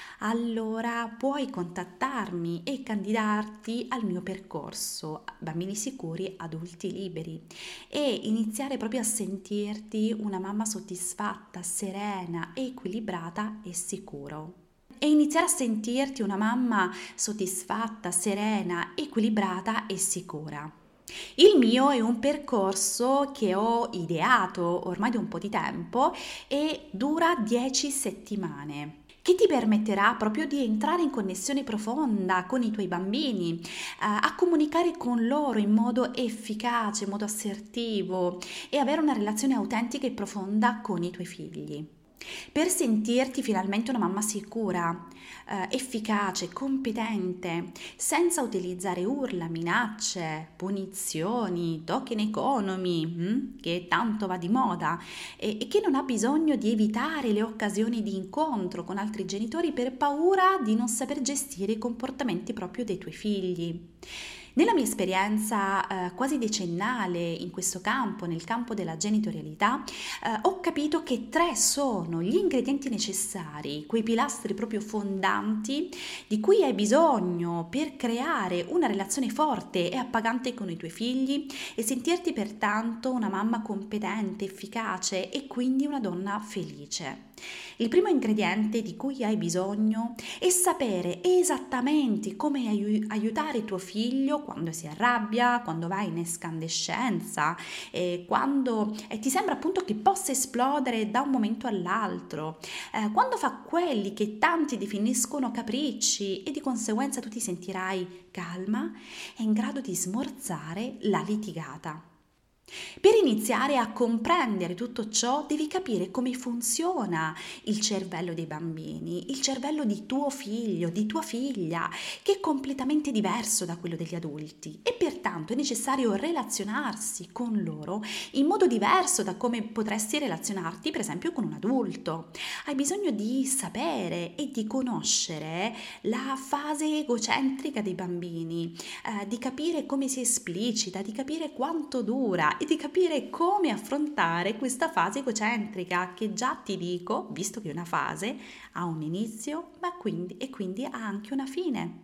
allora puoi contattarmi e candidarti al mio percorso Bambini Sicuri, Adulti Liberi e iniziare proprio a sentirti una mamma soddisfatta, serena, equilibrata e sicuro. E iniziare a sentirti una mamma soddisfatta, serena, equilibrata e sicura. Il mio è un percorso che ho ideato ormai da un po' di tempo e dura dieci settimane, che ti permetterà proprio di entrare in connessione profonda con i tuoi bambini, eh, a comunicare con loro in modo efficace, in modo assertivo e avere una relazione autentica e profonda con i tuoi figli. Per sentirti finalmente una mamma sicura, eh, efficace, competente, senza utilizzare urla, minacce, punizioni, token economy, hm, che tanto va di moda e, e che non ha bisogno di evitare le occasioni di incontro con altri genitori per paura di non saper gestire i comportamenti proprio dei tuoi figli. Nella mia esperienza eh, quasi decennale in questo campo, nel campo della genitorialità, eh, ho capito che tre sono gli ingredienti necessari, quei pilastri proprio fondanti di cui hai bisogno per creare una relazione forte e appagante con i tuoi figli e sentirti pertanto una mamma competente, efficace e quindi una donna felice. Il primo ingrediente di cui hai bisogno è sapere esattamente come aiutare tuo figlio quando si arrabbia, quando va in escandescenza, eh, quando eh, ti sembra appunto che possa esplodere da un momento all'altro, eh, quando fa quelli che tanti definiscono capricci e di conseguenza tu ti sentirai calma e in grado di smorzare la litigata. Per iniziare a comprendere tutto ciò devi capire come funziona il cervello dei bambini, il cervello di tuo figlio, di tua figlia, che è completamente diverso da quello degli adulti e pertanto è necessario relazionarsi con loro in modo diverso da come potresti relazionarti per esempio con un adulto. Hai bisogno di sapere e di conoscere la fase egocentrica dei bambini, eh, di capire come si esplicita, di capire quanto dura e di capire come affrontare questa fase egocentrica che già ti dico, visto che è una fase, ha un inizio ma quindi, e quindi ha anche una fine.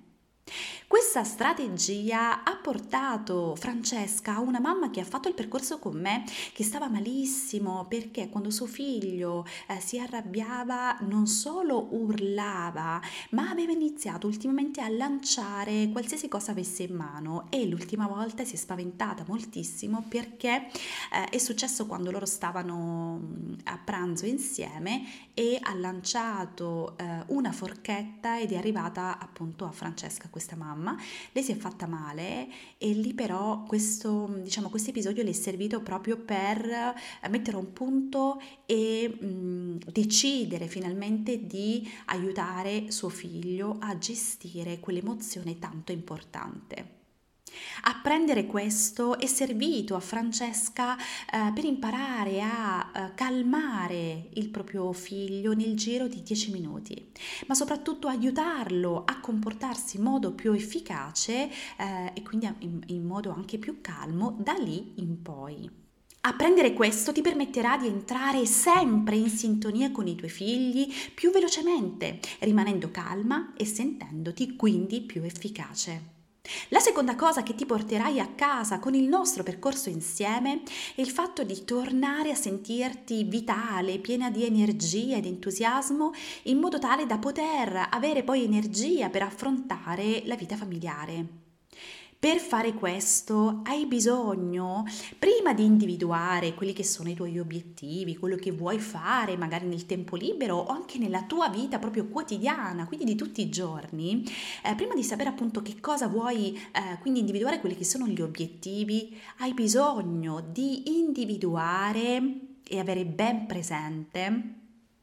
Questa strategia ha portato Francesca a una mamma che ha fatto il percorso con me, che stava malissimo perché quando suo figlio eh, si arrabbiava non solo urlava, ma aveva iniziato ultimamente a lanciare qualsiasi cosa avesse in mano e l'ultima volta si è spaventata moltissimo perché eh, è successo quando loro stavano a pranzo insieme e ha lanciato eh, una forchetta ed è arrivata appunto a Francesca, questa mamma. Lei si è fatta male e lì però questo, diciamo, questo episodio le è servito proprio per mettere un punto e mh, decidere finalmente di aiutare suo figlio a gestire quell'emozione tanto importante. Apprendere questo è servito a Francesca eh, per imparare a eh, calmare il proprio figlio nel giro di dieci minuti, ma soprattutto aiutarlo a comportarsi in modo più efficace eh, e quindi in, in modo anche più calmo da lì in poi. Apprendere questo ti permetterà di entrare sempre in sintonia con i tuoi figli più velocemente, rimanendo calma e sentendoti quindi più efficace. La seconda cosa che ti porterai a casa con il nostro percorso insieme è il fatto di tornare a sentirti vitale, piena di energia ed entusiasmo, in modo tale da poter avere poi energia per affrontare la vita familiare. Per fare questo hai bisogno, prima di individuare quelli che sono i tuoi obiettivi, quello che vuoi fare magari nel tempo libero o anche nella tua vita proprio quotidiana, quindi di tutti i giorni, eh, prima di sapere appunto che cosa vuoi, eh, quindi individuare quelli che sono gli obiettivi, hai bisogno di individuare e avere ben presente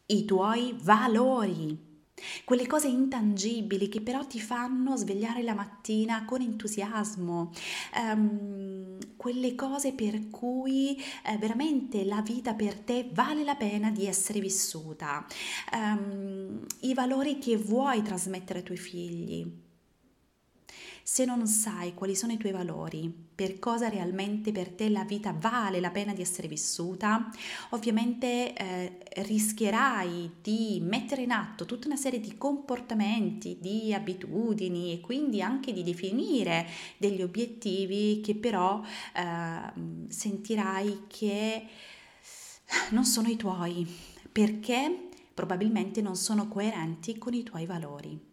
i tuoi valori. Quelle cose intangibili che però ti fanno svegliare la mattina con entusiasmo, ehm, quelle cose per cui eh, veramente la vita per te vale la pena di essere vissuta, ehm, i valori che vuoi trasmettere ai tuoi figli. Se non sai quali sono i tuoi valori, per cosa realmente per te la vita vale la pena di essere vissuta, ovviamente eh, rischierai di mettere in atto tutta una serie di comportamenti, di abitudini e quindi anche di definire degli obiettivi che però eh, sentirai che non sono i tuoi, perché probabilmente non sono coerenti con i tuoi valori.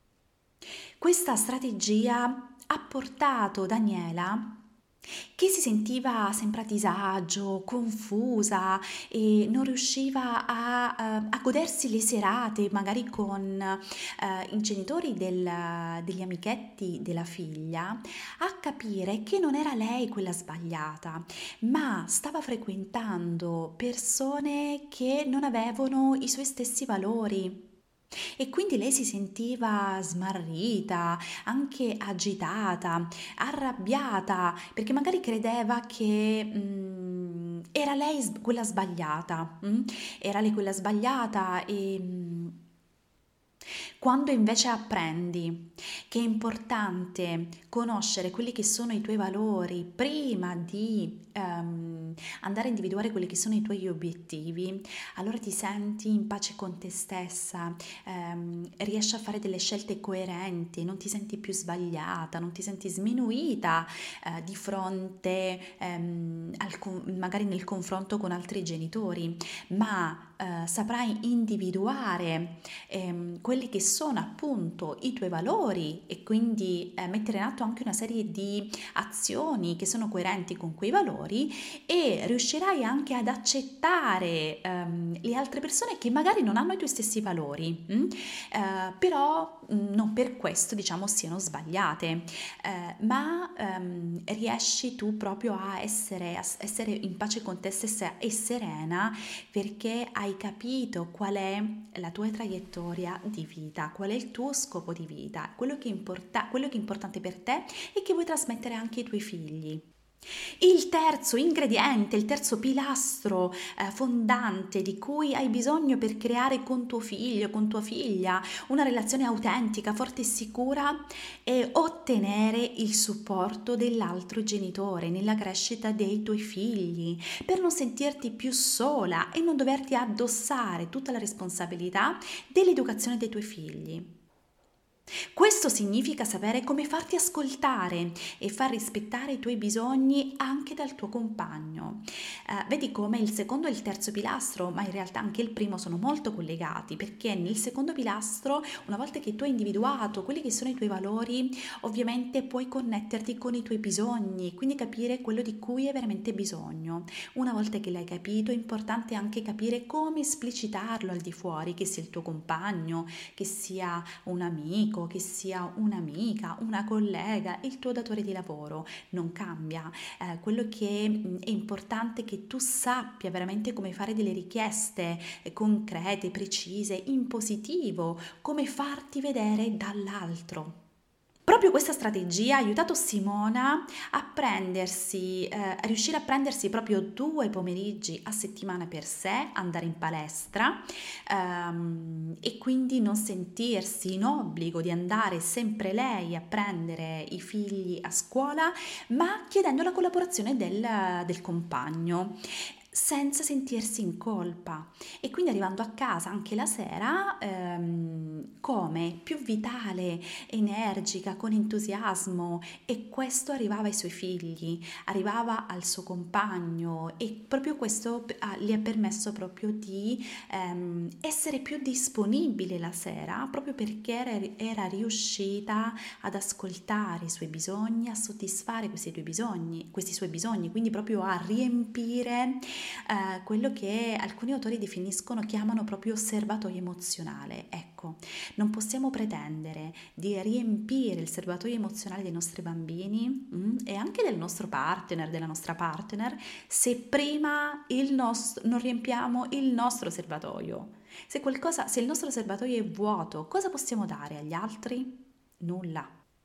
Questa strategia ha portato Daniela, che si sentiva sempre a disagio, confusa e non riusciva a, a- a godersi le serate, magari con eh, i genitori del- degli amichetti della figlia, a capire che non era lei quella sbagliata, ma stava frequentando persone che non avevano i suoi stessi valori. E quindi lei si sentiva smarrita, anche agitata, arrabbiata, perché magari credeva che mm, era lei s- quella sbagliata, mm? Era lei quella sbagliata e mm, quando invece apprendi che è importante conoscere quelli che sono i tuoi valori prima di ehm, andare a individuare quelli che sono i tuoi obiettivi, allora ti senti in pace con te stessa, ehm, riesci a fare delle scelte coerenti, non ti senti più sbagliata, non ti senti sminuita eh, di fronte ehm, al con- magari nel confronto con altri genitori, ma eh, saprai individuare ehm, quelli che sono appunto i tuoi valori e quindi eh, mettere in atto anche una serie di azioni che sono coerenti con quei valori e riuscirai anche ad accettare ehm, le altre persone che magari non hanno i tuoi stessi valori, mm? Eh, però mm, non per questo diciamo siano sbagliate, eh, ma ehm, riesci tu proprio a essere, a essere in pace con te stessa e serena perché hai capito qual è la tua traiettoria di vita, qual è il tuo scopo di vita, quello che, importa, quello che è importante per te e che vuoi trasmettere anche ai tuoi figli. Il terzo ingrediente, il terzo pilastro eh, fondante di cui hai bisogno per creare con tuo figlio, con tua figlia, una relazione autentica, forte e sicura è ottenere il supporto dell'altro genitore nella crescita dei tuoi figli, per non sentirti più sola e non doverti addossare tutta la responsabilità dell'educazione dei tuoi figli. Questo significa sapere come farti ascoltare e far rispettare i tuoi bisogni anche dal tuo compagno. Eh, vedi come il secondo e il terzo pilastro, ma in realtà anche il primo, sono molto collegati, perché nel secondo pilastro, una volta che tu hai individuato quelli che sono i tuoi valori, ovviamente puoi connetterti con i tuoi bisogni, quindi capire quello di cui hai veramente bisogno. Una volta che l'hai capito, è importante anche capire come esplicitarlo al di fuori, che sia il tuo compagno, che sia un amico, che sia un'amica, una collega, il tuo datore di lavoro. Non cambia. Eh, quello che mh, è importante è che tu sappia veramente come fare delle richieste eh, concrete, precise, in positivo, come farti vedere dall'altro. Proprio questa strategia ha aiutato Simona a prendersi, eh, a riuscire a prendersi proprio due pomeriggi a settimana per sé, andare in palestra ehm, e quindi non sentirsi in obbligo di andare sempre lei a prendere i figli a scuola, ma chiedendo la collaborazione del, del compagno senza sentirsi in colpa e quindi arrivando a casa anche la sera ehm, come più vitale, energica, con entusiasmo e questo arrivava ai suoi figli, arrivava al suo compagno e proprio questo ah, gli ha permesso proprio di ehm, essere più disponibile la sera proprio perché era, era riuscita ad ascoltare i suoi bisogni, a soddisfare questi due bisogni, questi suoi bisogni, quindi proprio a riempire eh, quello che alcuni autori definiscono, chiamano proprio serbatoio emozionale. Ecco, non possiamo pretendere di riempire il serbatoio emozionale dei nostri bambini mh, e anche del nostro partner, della nostra partner, se prima il nostro, non riempiamo il nostro serbatoio. Se qualcosa, se il nostro serbatoio è vuoto, cosa possiamo dare agli altri? Nulla.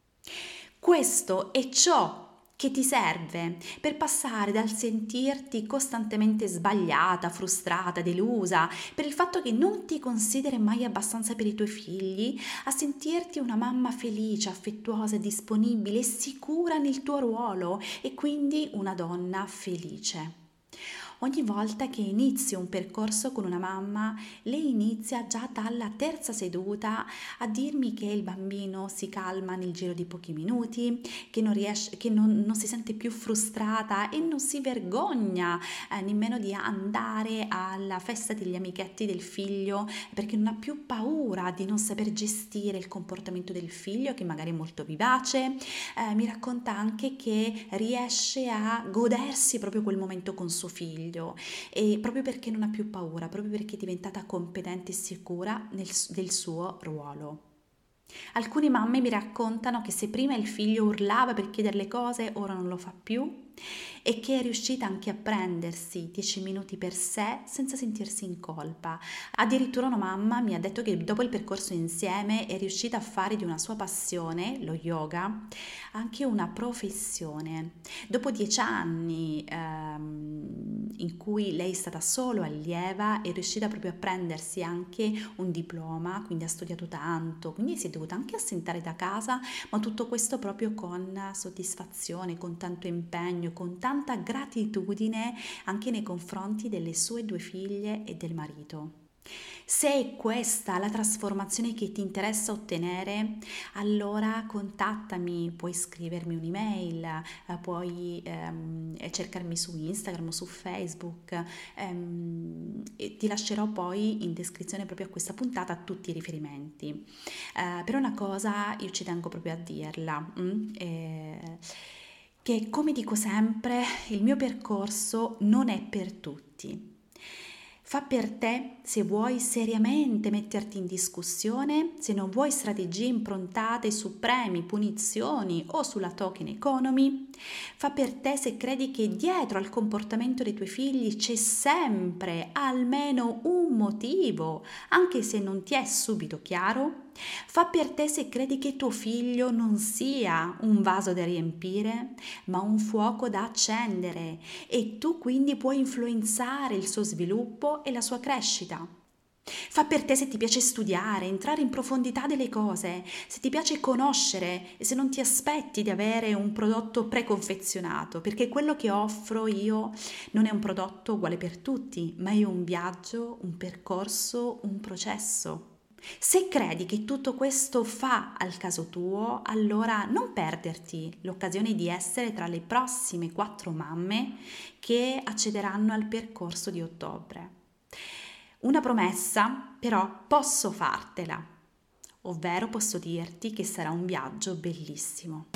Questo è ciò che ti serve per passare dal sentirti costantemente sbagliata, frustrata, delusa per il fatto che non ti consideri mai abbastanza per i tuoi figli, a sentirti una mamma felice, affettuosa, disponibile e sicura nel tuo ruolo e quindi una donna felice. Ogni volta che inizio un percorso con una mamma, lei inizia già dalla terza seduta a dirmi che il bambino si calma nel giro di pochi minuti, che non riesce, che non, non si sente più frustrata e non si vergogna eh, nemmeno di andare alla festa degli amichetti del figlio, perché non ha più paura di non saper gestire il comportamento del figlio, che magari è molto vivace. Eh, mi racconta anche che riesce a godersi proprio quel momento con suo figlio. E proprio perché non ha più paura, proprio perché è diventata competente e sicura nel, del suo ruolo. Alcune mamme mi raccontano che se prima il figlio urlava per chiedere le cose, ora non lo fa più e che è riuscita anche a prendersi dieci minuti per sé senza sentirsi in colpa. Addirittura una mamma mi ha detto che dopo il percorso insieme è riuscita a fare di una sua passione, lo yoga, anche una professione. Dopo dieci anni ehm, in cui lei è stata solo allieva, è riuscita proprio a prendersi anche un diploma, quindi ha studiato tanto, quindi si è dovuta anche assentare da casa, ma tutto questo proprio con soddisfazione, con tanto impegno, con tanta gratitudine anche nei confronti delle sue due figlie e del marito. Se è questa la trasformazione che ti interessa ottenere, allora contattami, puoi scrivermi un'email, eh, puoi ehm, cercarmi su Instagram o su Facebook, ehm, e ti lascerò poi in descrizione proprio a questa puntata tutti i riferimenti. Eh, però una cosa io ci tengo proprio a dirla, mm? eh, che come dico sempre, il mio percorso non è per tutti. Fa per te se vuoi seriamente metterti in discussione, se non vuoi strategie improntate su premi, punizioni o sulla token economy. Fa per te se credi che dietro al comportamento dei tuoi figli c'è sempre almeno un motivo, anche se non ti è subito chiaro. Fa per te se credi che tuo figlio non sia un vaso da riempire, ma un fuoco da accendere e tu quindi puoi influenzare il suo sviluppo e la sua crescita. Fa per te se ti piace studiare, entrare in profondità delle cose, se ti piace conoscere e se non ti aspetti di avere un prodotto preconfezionato, perché quello che offro io non è un prodotto uguale per tutti, ma è un viaggio, un percorso, un processo. Se credi che tutto questo fa al caso tuo, allora non perderti l'occasione di essere tra le prossime quattro mamme che accederanno al percorso di ottobre. Una promessa però posso fartela, ovvero posso dirti che sarà un viaggio bellissimo.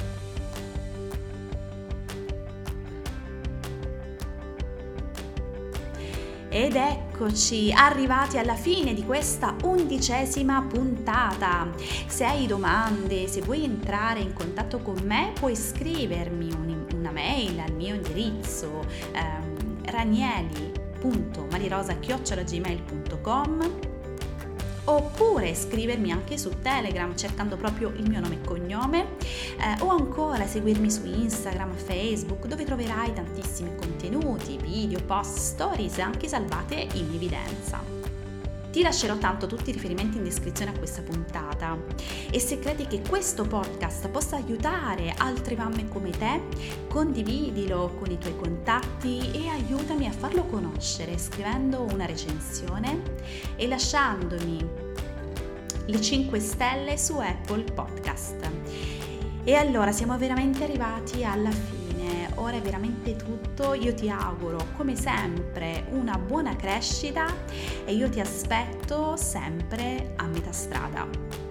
Ed eccoci arrivati alla fine di questa undicesima puntata. Se hai domande, se vuoi entrare in contatto con me, puoi scrivermi un, una mail al mio indirizzo ehm, ranieli punto marirosa chiocciola gmail punto com, oppure scrivermi anche su Telegram cercando proprio il mio nome e cognome, eh, o ancora seguirmi su Instagram, Facebook, dove troverai tantissimi contenuti, video, post, stories anche salvate in evidenza. Ti lascerò tanto tutti i riferimenti in descrizione a questa puntata e se credi che questo podcast possa aiutare altre mamme come te, condividilo con i tuoi contatti e aiutami a farlo conoscere scrivendo una recensione e lasciandomi le cinque stelle su Apple Podcast. E allora siamo veramente arrivati alla fine. Ora è veramente tutto, io ti auguro come sempre una buona crescita e io ti aspetto sempre a metà strada.